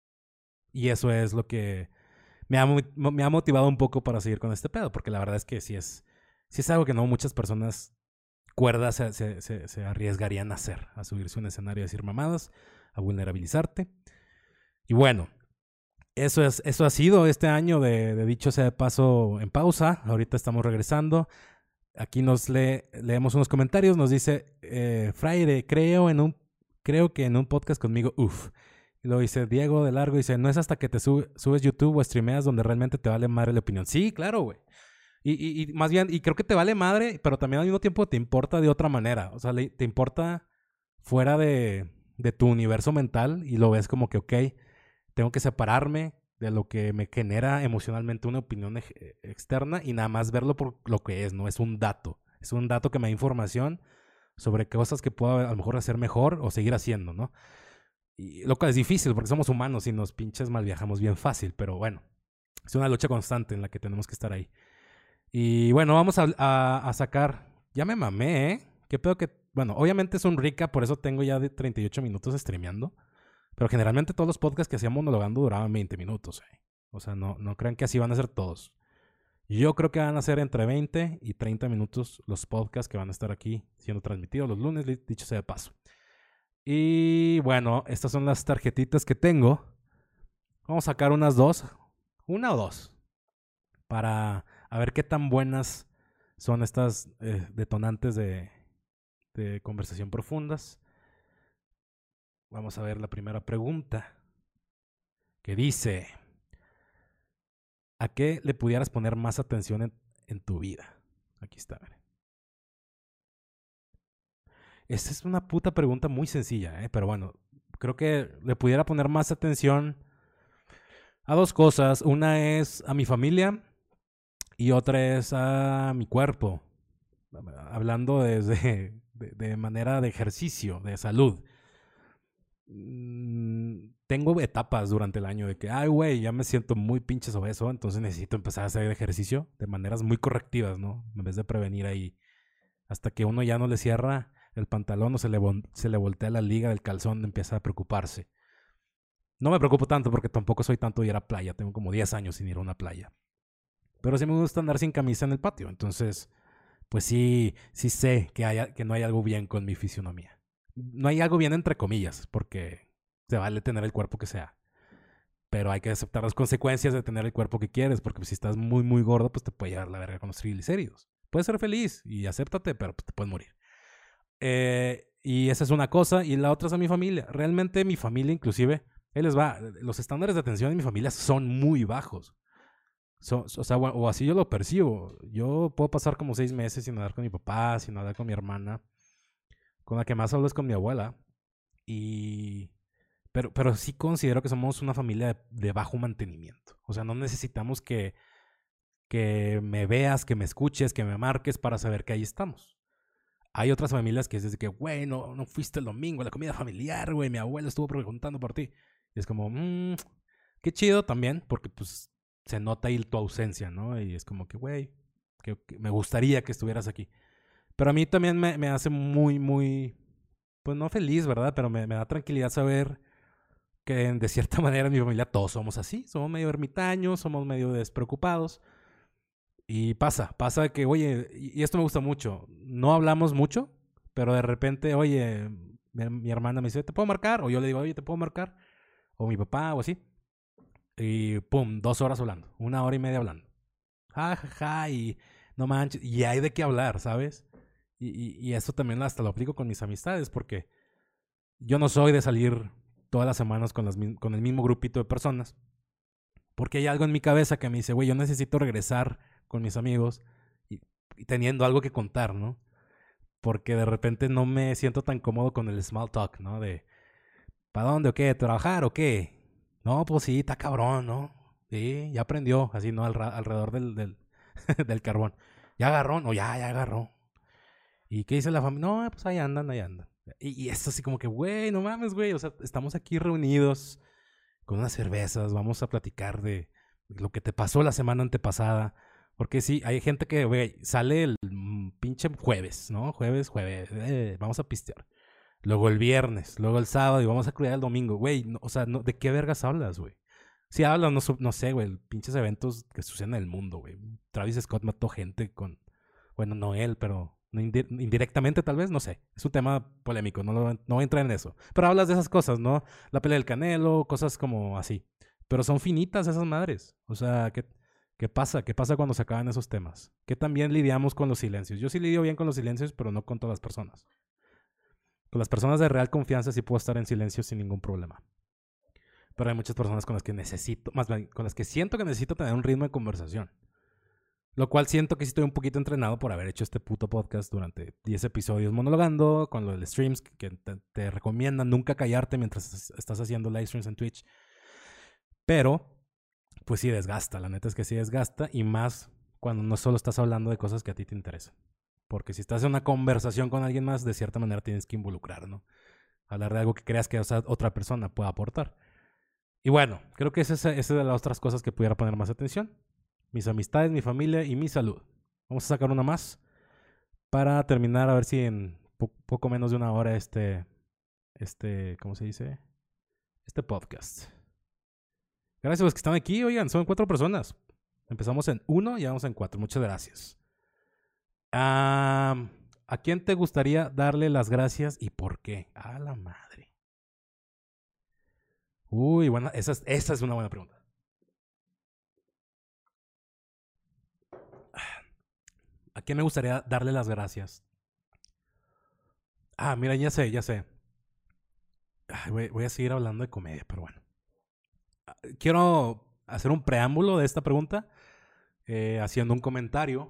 Y eso es lo que me ha motivado un poco para seguir con este pedo, porque la verdad es que sí es algo que no muchas personas cuerdas se arriesgarían a hacer, a subirse a un escenario a decir mamadas, a vulnerabilizarte. Y bueno, eso ha sido este año de dicho sea de paso en pausa. Ahorita estamos regresando. Aquí leemos unos comentarios. Nos dice Fraire, creo que en un podcast conmigo, uff. Y luego dice Diego de Largo, dice, no es hasta que te subes YouTube o streameas donde realmente te vale madre la opinión. Sí, claro, güey. Y más bien, y creo que te vale madre, pero también al mismo tiempo te importa de otra manera. O sea, te importa fuera de tu universo mental y lo ves como que, ok, tengo que separarme de lo que me genera emocionalmente una opinión externa y nada más verlo por lo que es, no es un dato. Es un dato que me da información sobre cosas que puedo a lo mejor hacer mejor o seguir haciendo, ¿no? Y lo cual es difícil porque somos humanos y nos pinches mal viajamos bien fácil, pero bueno, es una lucha constante en la que tenemos que estar ahí. Y bueno, vamos a sacar, ya me mamé, ¿eh? ¿Qué pedo que? Bueno, obviamente es un recap, por eso tengo ya de 38 minutos streameando. Pero generalmente todos los podcasts que hacíamos monologando duraban 20 minutos. O sea, no crean que así van a ser todos. Yo creo que van a ser entre 20 y 30 minutos los podcasts que van a estar aquí siendo transmitidos los lunes, dicho sea de paso. Y bueno, estas son las tarjetitas que tengo. Vamos a sacar unas dos. Una o dos. Para a ver qué tan buenas son estas detonantes de conversación profundas. Vamos a ver la primera pregunta. Que dice... ¿A qué le pudieras poner más atención en tu vida? Aquí está. Esta es una puta pregunta muy sencilla, pero bueno, creo que le pudiera poner más atención a dos cosas. Una es a mi familia y otra es a mi cuerpo. Hablando desde de manera de ejercicio, de salud. Tengo etapas durante el año de que, ay, güey, ya me siento muy pinches obeso, entonces necesito empezar a hacer ejercicio de maneras muy correctivas, ¿no? En vez de prevenir ahí. Hasta que uno ya no le cierra el pantalón o se le voltea la liga del calzón, empieza a preocuparse. No me preocupo tanto porque tampoco soy tanto de ir a playa. Tengo como 10 años sin ir a una playa. Pero sí me gusta andar sin camisa en el patio. Entonces, pues sí sé que no hay algo bien con mi fisionomía. No hay algo bien entre comillas, porque se vale tener el cuerpo que sea. Pero hay que aceptar las consecuencias de tener el cuerpo que quieres, porque si estás muy, muy gordo, pues te puede llevar la verga con los triglicéridos. Puedes ser feliz y acéptate, pero pues te puedes morir. Y esa es una cosa. Y la otra es a mi familia. Realmente mi familia, inclusive, ahí les va, los estándares de atención de mi familia son muy bajos. O sea, o así yo lo percibo. Yo puedo pasar como 6 meses sin hablar con mi papá, sin hablar con mi hermana. Con la que más hablo es con mi abuela. Pero sí considero que somos una familia de bajo mantenimiento. O sea, no necesitamos que que me veas, que me escuches, que me marques para saber que ahí estamos. Hay otras familias que es desde que, güey, no fuiste el domingo a la comida familiar, güey, mi abuelo estuvo preguntando por ti. Y es como, qué chido también, porque pues se nota ahí tu ausencia, ¿no? Y es como que, güey, que me gustaría que estuvieras aquí. Pero a mí también me hace muy, muy, pues no feliz, ¿verdad? Pero me da tranquilidad saber que de cierta manera en mi familia todos somos así. Somos medio ermitaños, somos medio despreocupados. Y pasa que, oye, y esto me gusta mucho. No hablamos mucho, pero de repente, oye, mi hermana me dice, ¿te puedo marcar? O yo le digo, oye, ¿te puedo marcar? O mi papá, o así. Y pum, 2 horas hablando. 1 hora y media hablando. Ja, ja, ja, y no manches. Y hay de qué hablar, ¿sabes? Y eso también hasta lo aplico con mis amistades, porque yo no soy de salir todas las semanas con el mismo grupito de personas. Porque hay algo en mi cabeza que me dice, güey, yo necesito regresar con mis amigos y teniendo algo que contar, ¿no? Porque de repente no me siento tan cómodo con el small talk, ¿no? De, ¿para dónde o qué? ¿Trabajar o qué? No, pues sí, está cabrón, ¿no? Sí, ya aprendió, así, ¿no? Alrededor del carbón. ¿Ya agarró? No, ya agarró. ¿Y qué dice la familia? No, pues ahí andan, ahí andan. Y es así como que, güey, no mames, güey. O sea, estamos aquí reunidos con unas cervezas, vamos a platicar de lo que te pasó la semana antepasada. Porque sí, hay gente que, güey, sale el pinche jueves, ¿no? Jueves, vamos a pistear. Luego el viernes, luego el sábado y vamos a cuidar el domingo. Güey, no, o sea, no, ¿de qué vergas hablas, güey? Sí hablas, no sé, güey, pinches eventos que suceden en el mundo, güey. Travis Scott mató gente con, bueno, no él, pero indirectamente tal vez, no sé. Es un tema polémico, no voy a entrar en eso. Pero hablas de esas cosas, ¿no? La pelea del Canelo, cosas como así. Pero son finitas esas madres. O sea, ¿qué pasa? ¿Qué pasa cuando se acaban esos temas? Que también lidiamos con los silencios. Yo sí lidio bien con los silencios, pero no con todas las personas. Con las personas de real confianza sí puedo estar en silencio sin ningún problema. Pero hay muchas personas con las que necesito, más bien, con las que siento que necesito tener un ritmo de conversación. Lo cual siento que sí estoy un poquito entrenado por haber hecho este puto podcast durante 10 episodios monologando, con lo del streams, que te recomiendan nunca callarte mientras estás haciendo live streams en Twitch. Pero, pues sí desgasta, la neta es que sí desgasta, y más cuando no solo estás hablando de cosas que a ti te interesan. Porque si estás en una conversación con alguien más, de cierta manera tienes que involucrar, ¿no? Hablar de algo que creas que esa otra persona pueda aportar. Y bueno, creo que esa es de las otras cosas que pudiera poner más atención. Mis amistades, mi familia y mi salud. Vamos a sacar una más para terminar, a ver si en poco menos de 1 hora ¿cómo se dice? Este podcast. Gracias a los que están aquí, oigan, son 4 personas. Empezamos en 1 y vamos en 4. Muchas gracias. ¿A quién te gustaría darle las gracias y por qué? A la madre. Uy, bueno, esa es una buena pregunta. ¿A quién me gustaría darle las gracias? Mira, ya sé. Voy a seguir hablando de comedia, pero bueno. Quiero hacer un preámbulo de esta pregunta, haciendo un comentario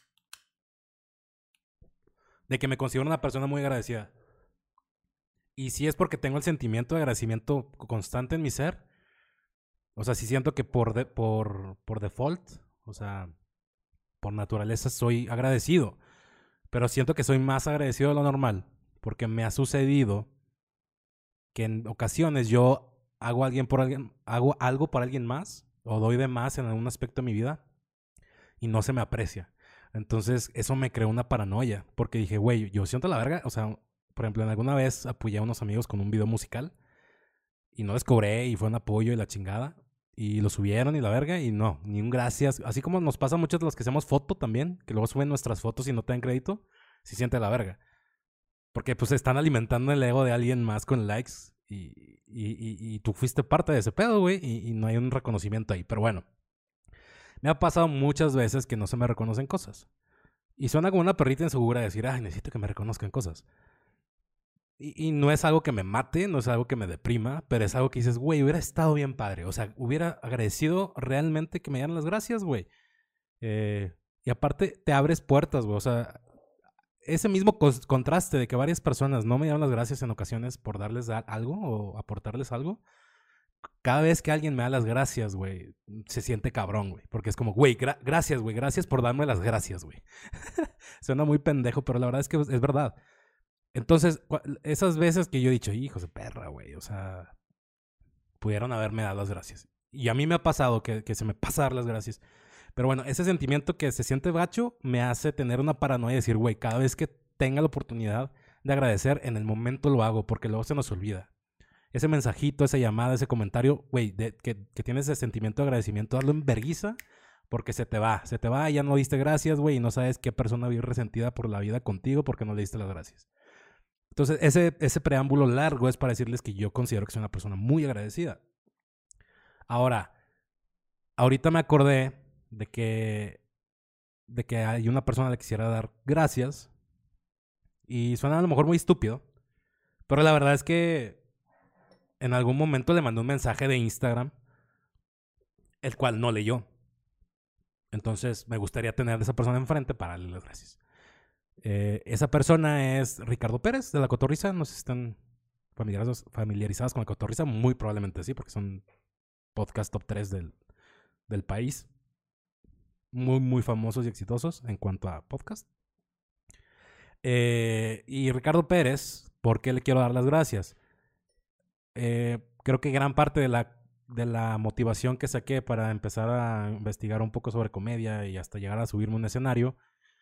de que me considero una persona muy agradecida. Y si es porque tengo el sentimiento de agradecimiento constante en mi ser. O sea, sí siento que por default, o sea, por naturaleza soy agradecido. Pero siento que soy más agradecido de lo normal. Porque me ha sucedido que en ocasiones yo hago algo por alguien más. O doy de más en algún aspecto de mi vida. Y no se me aprecia. Entonces eso me creó una paranoia. Porque dije, güey, yo siento la verga. O sea, por ejemplo, en alguna vez apoyé a unos amigos con un video musical. Y no les cobré y fue un apoyo y la chingada. Y lo subieron y la verga y no, ni un gracias. Así como nos pasa a muchos de los que hacemos foto también, que luego suben nuestras fotos y no te dan crédito, sí siente la verga. Porque pues están alimentando el ego de alguien más con likes y tú fuiste parte de ese pedo, güey, y no hay un reconocimiento ahí. Pero bueno, me ha pasado muchas veces que no se me reconocen cosas. Y suena como una perrita insegura de decir, ay, necesito que me reconozcan cosas. Y no es algo que me mate, no es algo que me deprima, pero es algo que dices, güey, hubiera estado bien padre. O sea, hubiera agradecido realmente que me dieran las gracias, güey. Y aparte, te abres puertas, güey. O sea, ese mismo contraste de que varias personas no me dieron las gracias en ocasiones por darles algo o aportarles algo, cada vez que alguien me da las gracias, güey, se siente cabrón, güey. Porque es como, güey, gracias, güey, gracias por darme las gracias, güey. Suena muy pendejo, pero la verdad es que es verdad. Entonces, esas veces que yo he dicho, hijos de perra, güey, o sea, pudieron haberme dado las gracias. Y a mí me ha pasado que se me pasa dar las gracias. Pero bueno, ese sentimiento que se siente gacho me hace tener una paranoia y decir, güey, cada vez que tenga la oportunidad de agradecer, en el momento lo hago, porque luego se nos olvida. Ese mensajito, esa llamada, ese comentario, güey, que tienes ese sentimiento de agradecimiento, darlo en verguiza, porque se te va, ya no diste gracias, güey, y no sabes qué persona vive resentida por la vida contigo porque no le diste las gracias. Entonces, ese preámbulo largo es para decirles que yo considero que soy una persona muy agradecida. Ahora, ahorita me acordé de que hay una persona a la que quisiera dar gracias, y suena a lo mejor muy estúpido, pero la verdad es que en algún momento le mandé un mensaje de Instagram, el cual no leyó. Entonces me gustaría tener a esa persona enfrente para darle las gracias. Esa persona es Ricardo Pérez, de La Cotorrisa. No sé si están familiarizados con La Cotorrisa. Muy probablemente sí, porque son podcast top 3 del país. Muy, muy famosos y exitosos en cuanto a podcast. Y Ricardo Pérez, ¿por qué le quiero dar las gracias? Creo que gran parte de la motivación que saqué para empezar a investigar un poco sobre comedia y hasta llegar a subirme a un escenario,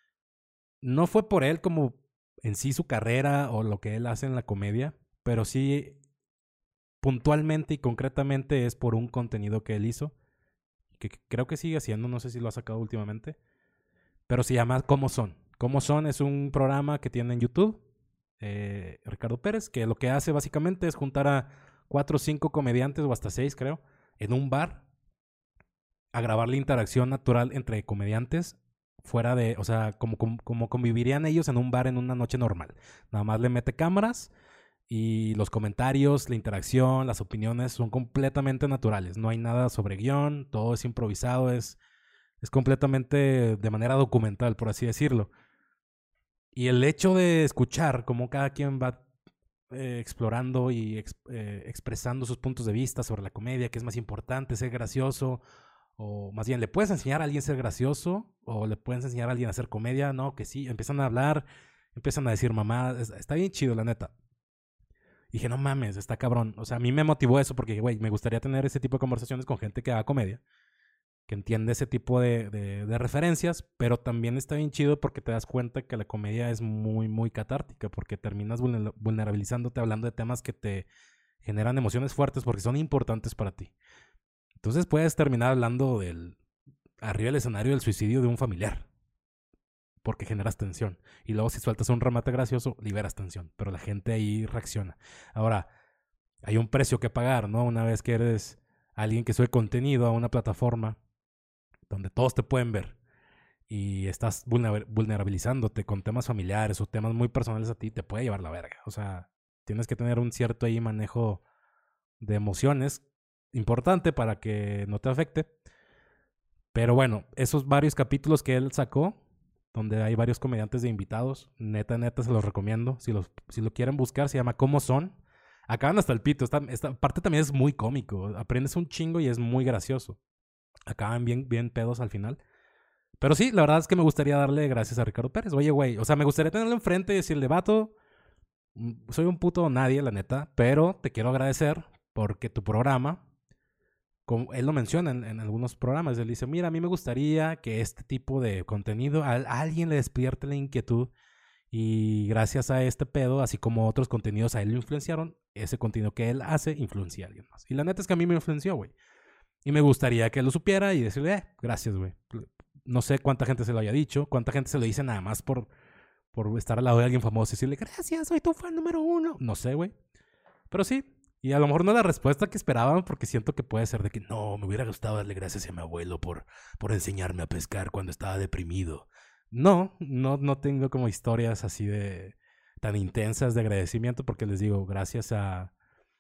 no fue por él como en sí su carrera o lo que él hace en la comedia, pero sí puntualmente y concretamente es por un contenido que él hizo, que creo que sigue haciendo, no sé si lo ha sacado últimamente, pero se llama ¿Cómo Son? ¿Cómo Son? Es un programa que tiene en YouTube, Ricardo Pérez, que lo que hace básicamente es juntar a 4 o 5 comediantes, o hasta 6 creo, en un bar, a grabar la interacción natural entre comediantes fuera de, o sea, como convivirían ellos en un bar en una noche normal. Nada más le mete cámaras y los comentarios, la interacción, las opiniones son completamente naturales. No hay nada sobre guión, todo es improvisado, es completamente de manera documental, por así decirlo. Y el hecho de escuchar cómo cada quien va explorando y expresando sus puntos de vista sobre la comedia, qué es más importante, ser gracioso, o más bien, ¿le puedes enseñar a alguien a ser gracioso? ¿O le puedes enseñar a alguien a hacer comedia? No, que sí, empiezan a hablar, empiezan a decir mamadas, está bien chido, la neta. Y dije, no mames, está cabrón. O sea, a mí me motivó eso porque, güey, me gustaría tener ese tipo de conversaciones con gente que haga comedia, que entiende ese tipo de referencias, pero también está bien chido porque te das cuenta que la comedia es muy, muy catártica, porque terminas vulnerabilizándote hablando de temas que te generan emociones fuertes porque son importantes para ti. Entonces puedes terminar hablando arriba del escenario del suicidio de un familiar, porque generas tensión. Y luego si sueltas un remate gracioso, liberas tensión, pero la gente ahí reacciona. Ahora, hay un precio que pagar, ¿no? Una vez que eres alguien que sube contenido a una plataforma donde todos te pueden ver y estás vulnerabilizándote con temas familiares o temas muy personales a ti, te puede llevar la verga. O sea, tienes que tener un cierto ahí manejo de emociones importante para que no te afecte. Pero bueno, esos varios capítulos que él sacó, donde hay varios comediantes de invitados, neta se los recomiendo. Si lo quieren buscar, se llama ¿Cómo Son? Acaban hasta el pito. Esta parte también es muy cómico. Aprendes un chingo y es muy gracioso. Acaban bien pedos al final. Pero sí, la verdad es que me gustaría darle gracias a Ricardo Pérez. Oye, güey, o sea, me gustaría tenerlo enfrente y decirle, vato, soy un puto nadie, la neta, pero te quiero agradecer porque tu programa, como él lo menciona en algunos programas, él dice, mira, a mí me gustaría que este tipo de contenido a alguien le despierte la inquietud y gracias a este pedo, así como otros contenidos a él lo influenciaron, ese contenido que él hace influencia a alguien más. Y la neta es que a mí me influenció, güey. Y me gustaría que él lo supiera y decirle, gracias, güey. No sé cuánta gente se lo haya dicho, cuánta gente se lo dice nada más por estar al lado de alguien famoso y decirle, gracias, soy tu fan número 1. No sé, güey. Pero sí. Y a lo mejor no es la respuesta que esperaban porque siento que puede ser de que no, me hubiera gustado darle gracias a mi abuelo por enseñarme a pescar cuando estaba deprimido. No tengo como historias así de tan intensas de agradecimiento porque les digo, gracias a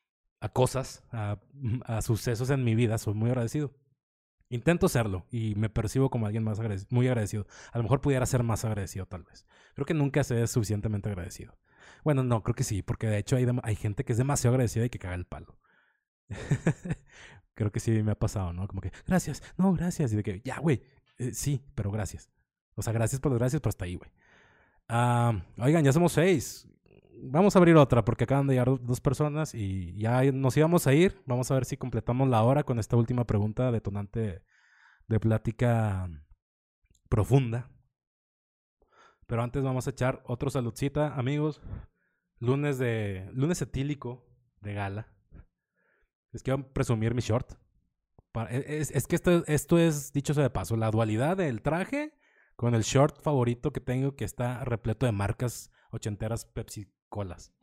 cosas, a sucesos en mi vida, soy muy agradecido. Intento serlo y me percibo como alguien más muy agradecido. A lo mejor pudiera ser más agradecido tal vez. Creo que nunca se es suficientemente agradecido. Bueno, no, creo que sí, porque de hecho hay gente que es demasiado agradecida y que caga el palo. creo que sí me ha pasado, ¿no? Como que, gracias, no, gracias. Y de que, ya, güey, sí, pero gracias. O sea, gracias por las gracias, pero hasta ahí, güey. Oigan, ya somos 6. Vamos a abrir otra porque acaban de llegar 2 personas y ya nos íbamos a ir. Vamos a ver si completamos la hora con esta última pregunta detonante de plática profunda. Pero antes vamos a echar otro saludcita, amigos. Lunes etílico de gala. Les quiero presumir mi short. Es que esto es, dicho sea de paso, la dualidad del traje con el short favorito que tengo, que está repleto de marcas ochenteras Pepsi Colas.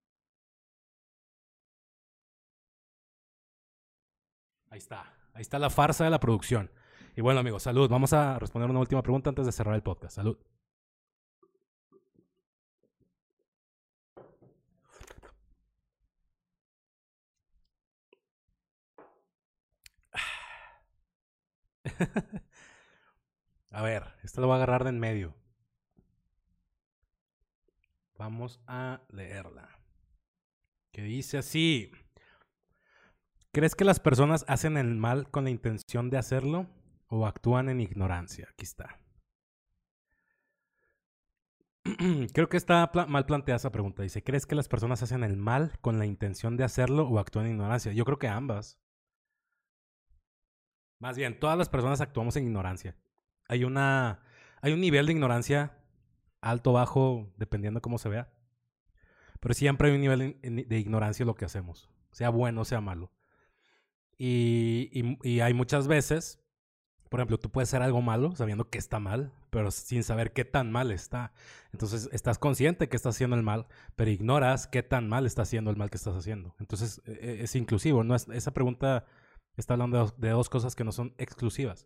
Ahí está la farsa de la producción. Y bueno, amigos, salud. Vamos a responder una última pregunta antes de cerrar el podcast. Salud. A ver, esta lo voy a agarrar de en medio. Vamos a leerla. Que dice así. ¿Crees que las personas hacen el mal con la intención de hacerlo o actúan en ignorancia? Aquí está. Creo que está mal planteada esa pregunta. Dice, ¿crees que las personas hacen el mal con la intención de hacerlo o actúan en ignorancia? Yo creo que ambas. Más bien, todas las personas actuamos en ignorancia. Hay un nivel de ignorancia alto, bajo, dependiendo de cómo se vea. Pero siempre hay un nivel de ignorancia en lo que hacemos. Sea bueno o sea malo. Y hay muchas veces, por ejemplo, tú puedes hacer algo malo sabiendo que está mal, pero sin saber qué tan mal está. Entonces, estás consciente que estás haciendo el mal, pero ignoras qué tan mal está haciendo el mal que estás haciendo. Entonces, es inclusivo. No es, esa pregunta está hablando de 2 cosas que no son exclusivas.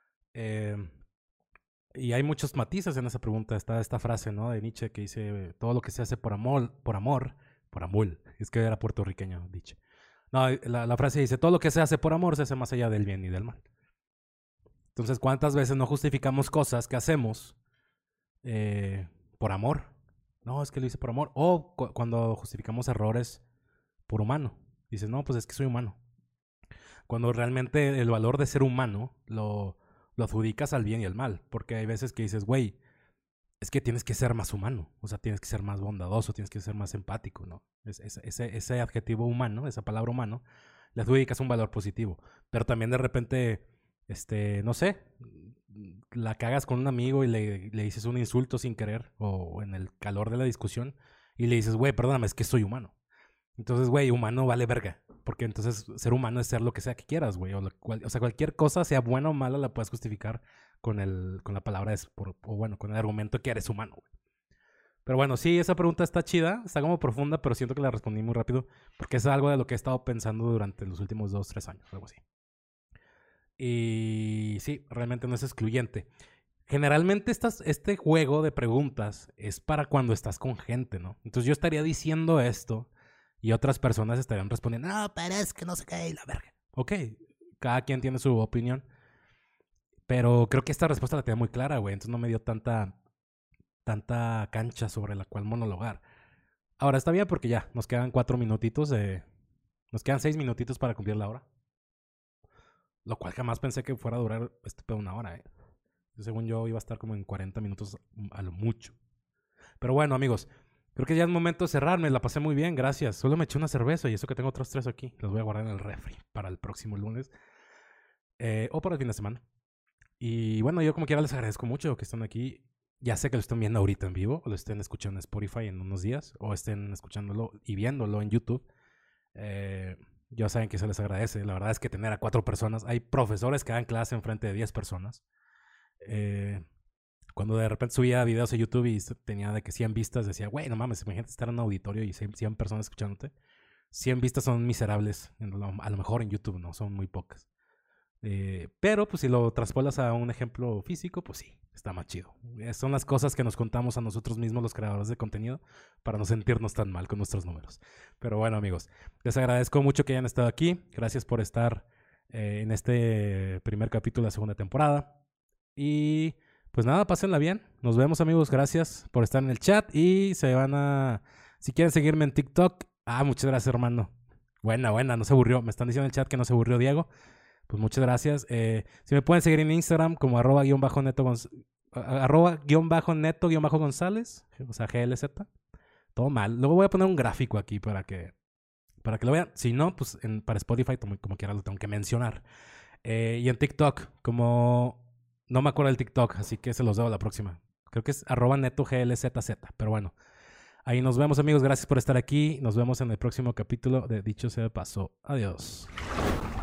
Y hay muchos matices en esa pregunta. Está esta frase, ¿no? De Nietzsche que dice, todo lo que se hace por amor. Es que era puertorriqueño, Nietzsche. No, la frase dice, todo lo que se hace por amor se hace más allá del bien y del mal. Entonces, ¿cuántas veces no justificamos cosas que hacemos por amor? No, es que lo hice por amor. O cuando justificamos errores por humano. Dices, no, pues es que soy humano. Cuando realmente el valor de ser humano lo adjudicas al bien y al mal. Porque hay veces que dices, güey, es que tienes que ser más humano. O sea, tienes que ser más bondadoso, tienes que ser más empático, ¿no? Ese adjetivo humano, esa palabra humano, le adjudicas un valor positivo. Pero también de repente, no sé, la cagas con un amigo y le dices un insulto sin querer o en el calor de la discusión y le dices, güey, perdóname, es que soy humano. Entonces, güey, humano vale verga. Porque entonces ser humano es ser lo que sea que quieras, güey. O sea, cualquier cosa, sea buena o mala, la puedes justificar con la palabra o bueno, con el argumento que eres humano, güey. Pero bueno, sí, esa pregunta está chida, está como profunda, pero siento que la respondí muy rápido porque es algo de lo que he estado pensando durante los últimos 2-3 años, algo así. Y sí, realmente no es excluyente. Generalmente este juego de preguntas es para cuando estás con gente, ¿no? Entonces yo estaría diciendo esto y otras personas estarían respondiendo, no, pero es que no se cae la verga. Ok, cada quien tiene su opinión. Pero creo que esta respuesta la tenía muy clara, güey. Entonces no me dio tanta cancha sobre la cual monologar. Ahora está bien porque ya nos quedan 4 minutitos. Nos quedan 6 minutitos para cumplir la hora. Lo cual jamás pensé que fuera a durar este pedo 1 hora, Según yo iba a estar como en 40 minutos a lo mucho. Pero bueno, amigos, creo que ya es momento de cerrar. Me la pasé muy bien, gracias. Solo me eché una cerveza y eso que tengo otros 3 aquí. Los voy a guardar en el refri para el próximo lunes. O para el fin de semana. Y bueno, yo como quiera les agradezco mucho que estén aquí. Ya sé que lo estén viendo ahorita en vivo, o lo estén escuchando en Spotify en unos días, o estén escuchándolo y viéndolo en YouTube. Ya saben que se les agradece. La verdad es que tener a 4 personas, hay profesores que dan clase enfrente de 10 personas. Cuando de repente subía videos a YouTube y tenía de que 100 vistas, decía, güey, no mames, imagínate estar en un auditorio y 100 personas escuchándote. 100 vistas son miserables, a lo mejor en YouTube, no, son muy pocas. Pero pues si lo traspolas a un ejemplo físico, pues sí, está más chido. Son las cosas que nos contamos a nosotros mismos, los creadores de contenido, para no sentirnos tan mal con nuestros números. Pero bueno, amigos, les agradezco mucho que hayan estado aquí. Gracias por estar en este primer capítulo de la segunda temporada. Y pues nada, pásenla bien. Nos vemos, amigos. Gracias por estar en el chat. Y si quieren seguirme en TikTok, muchas gracias, hermano. Buena, no se aburrió. Me están diciendo en el chat que no se aburrió Diego. Pues muchas gracias. Si me pueden seguir en Instagram como @-neto-González, o sea, GLZ. Todo mal. Luego voy a poner un gráfico aquí para que lo vean. Si no, pues para Spotify, como quiera, lo tengo que mencionar. Y en TikTok, como no me acuerdo del TikTok, así que se los debo la próxima. Creo que es @netoglzz. Pero bueno, ahí nos vemos, amigos. Gracias por estar aquí. Nos vemos en el próximo capítulo de Dicho sea de paso. Adiós.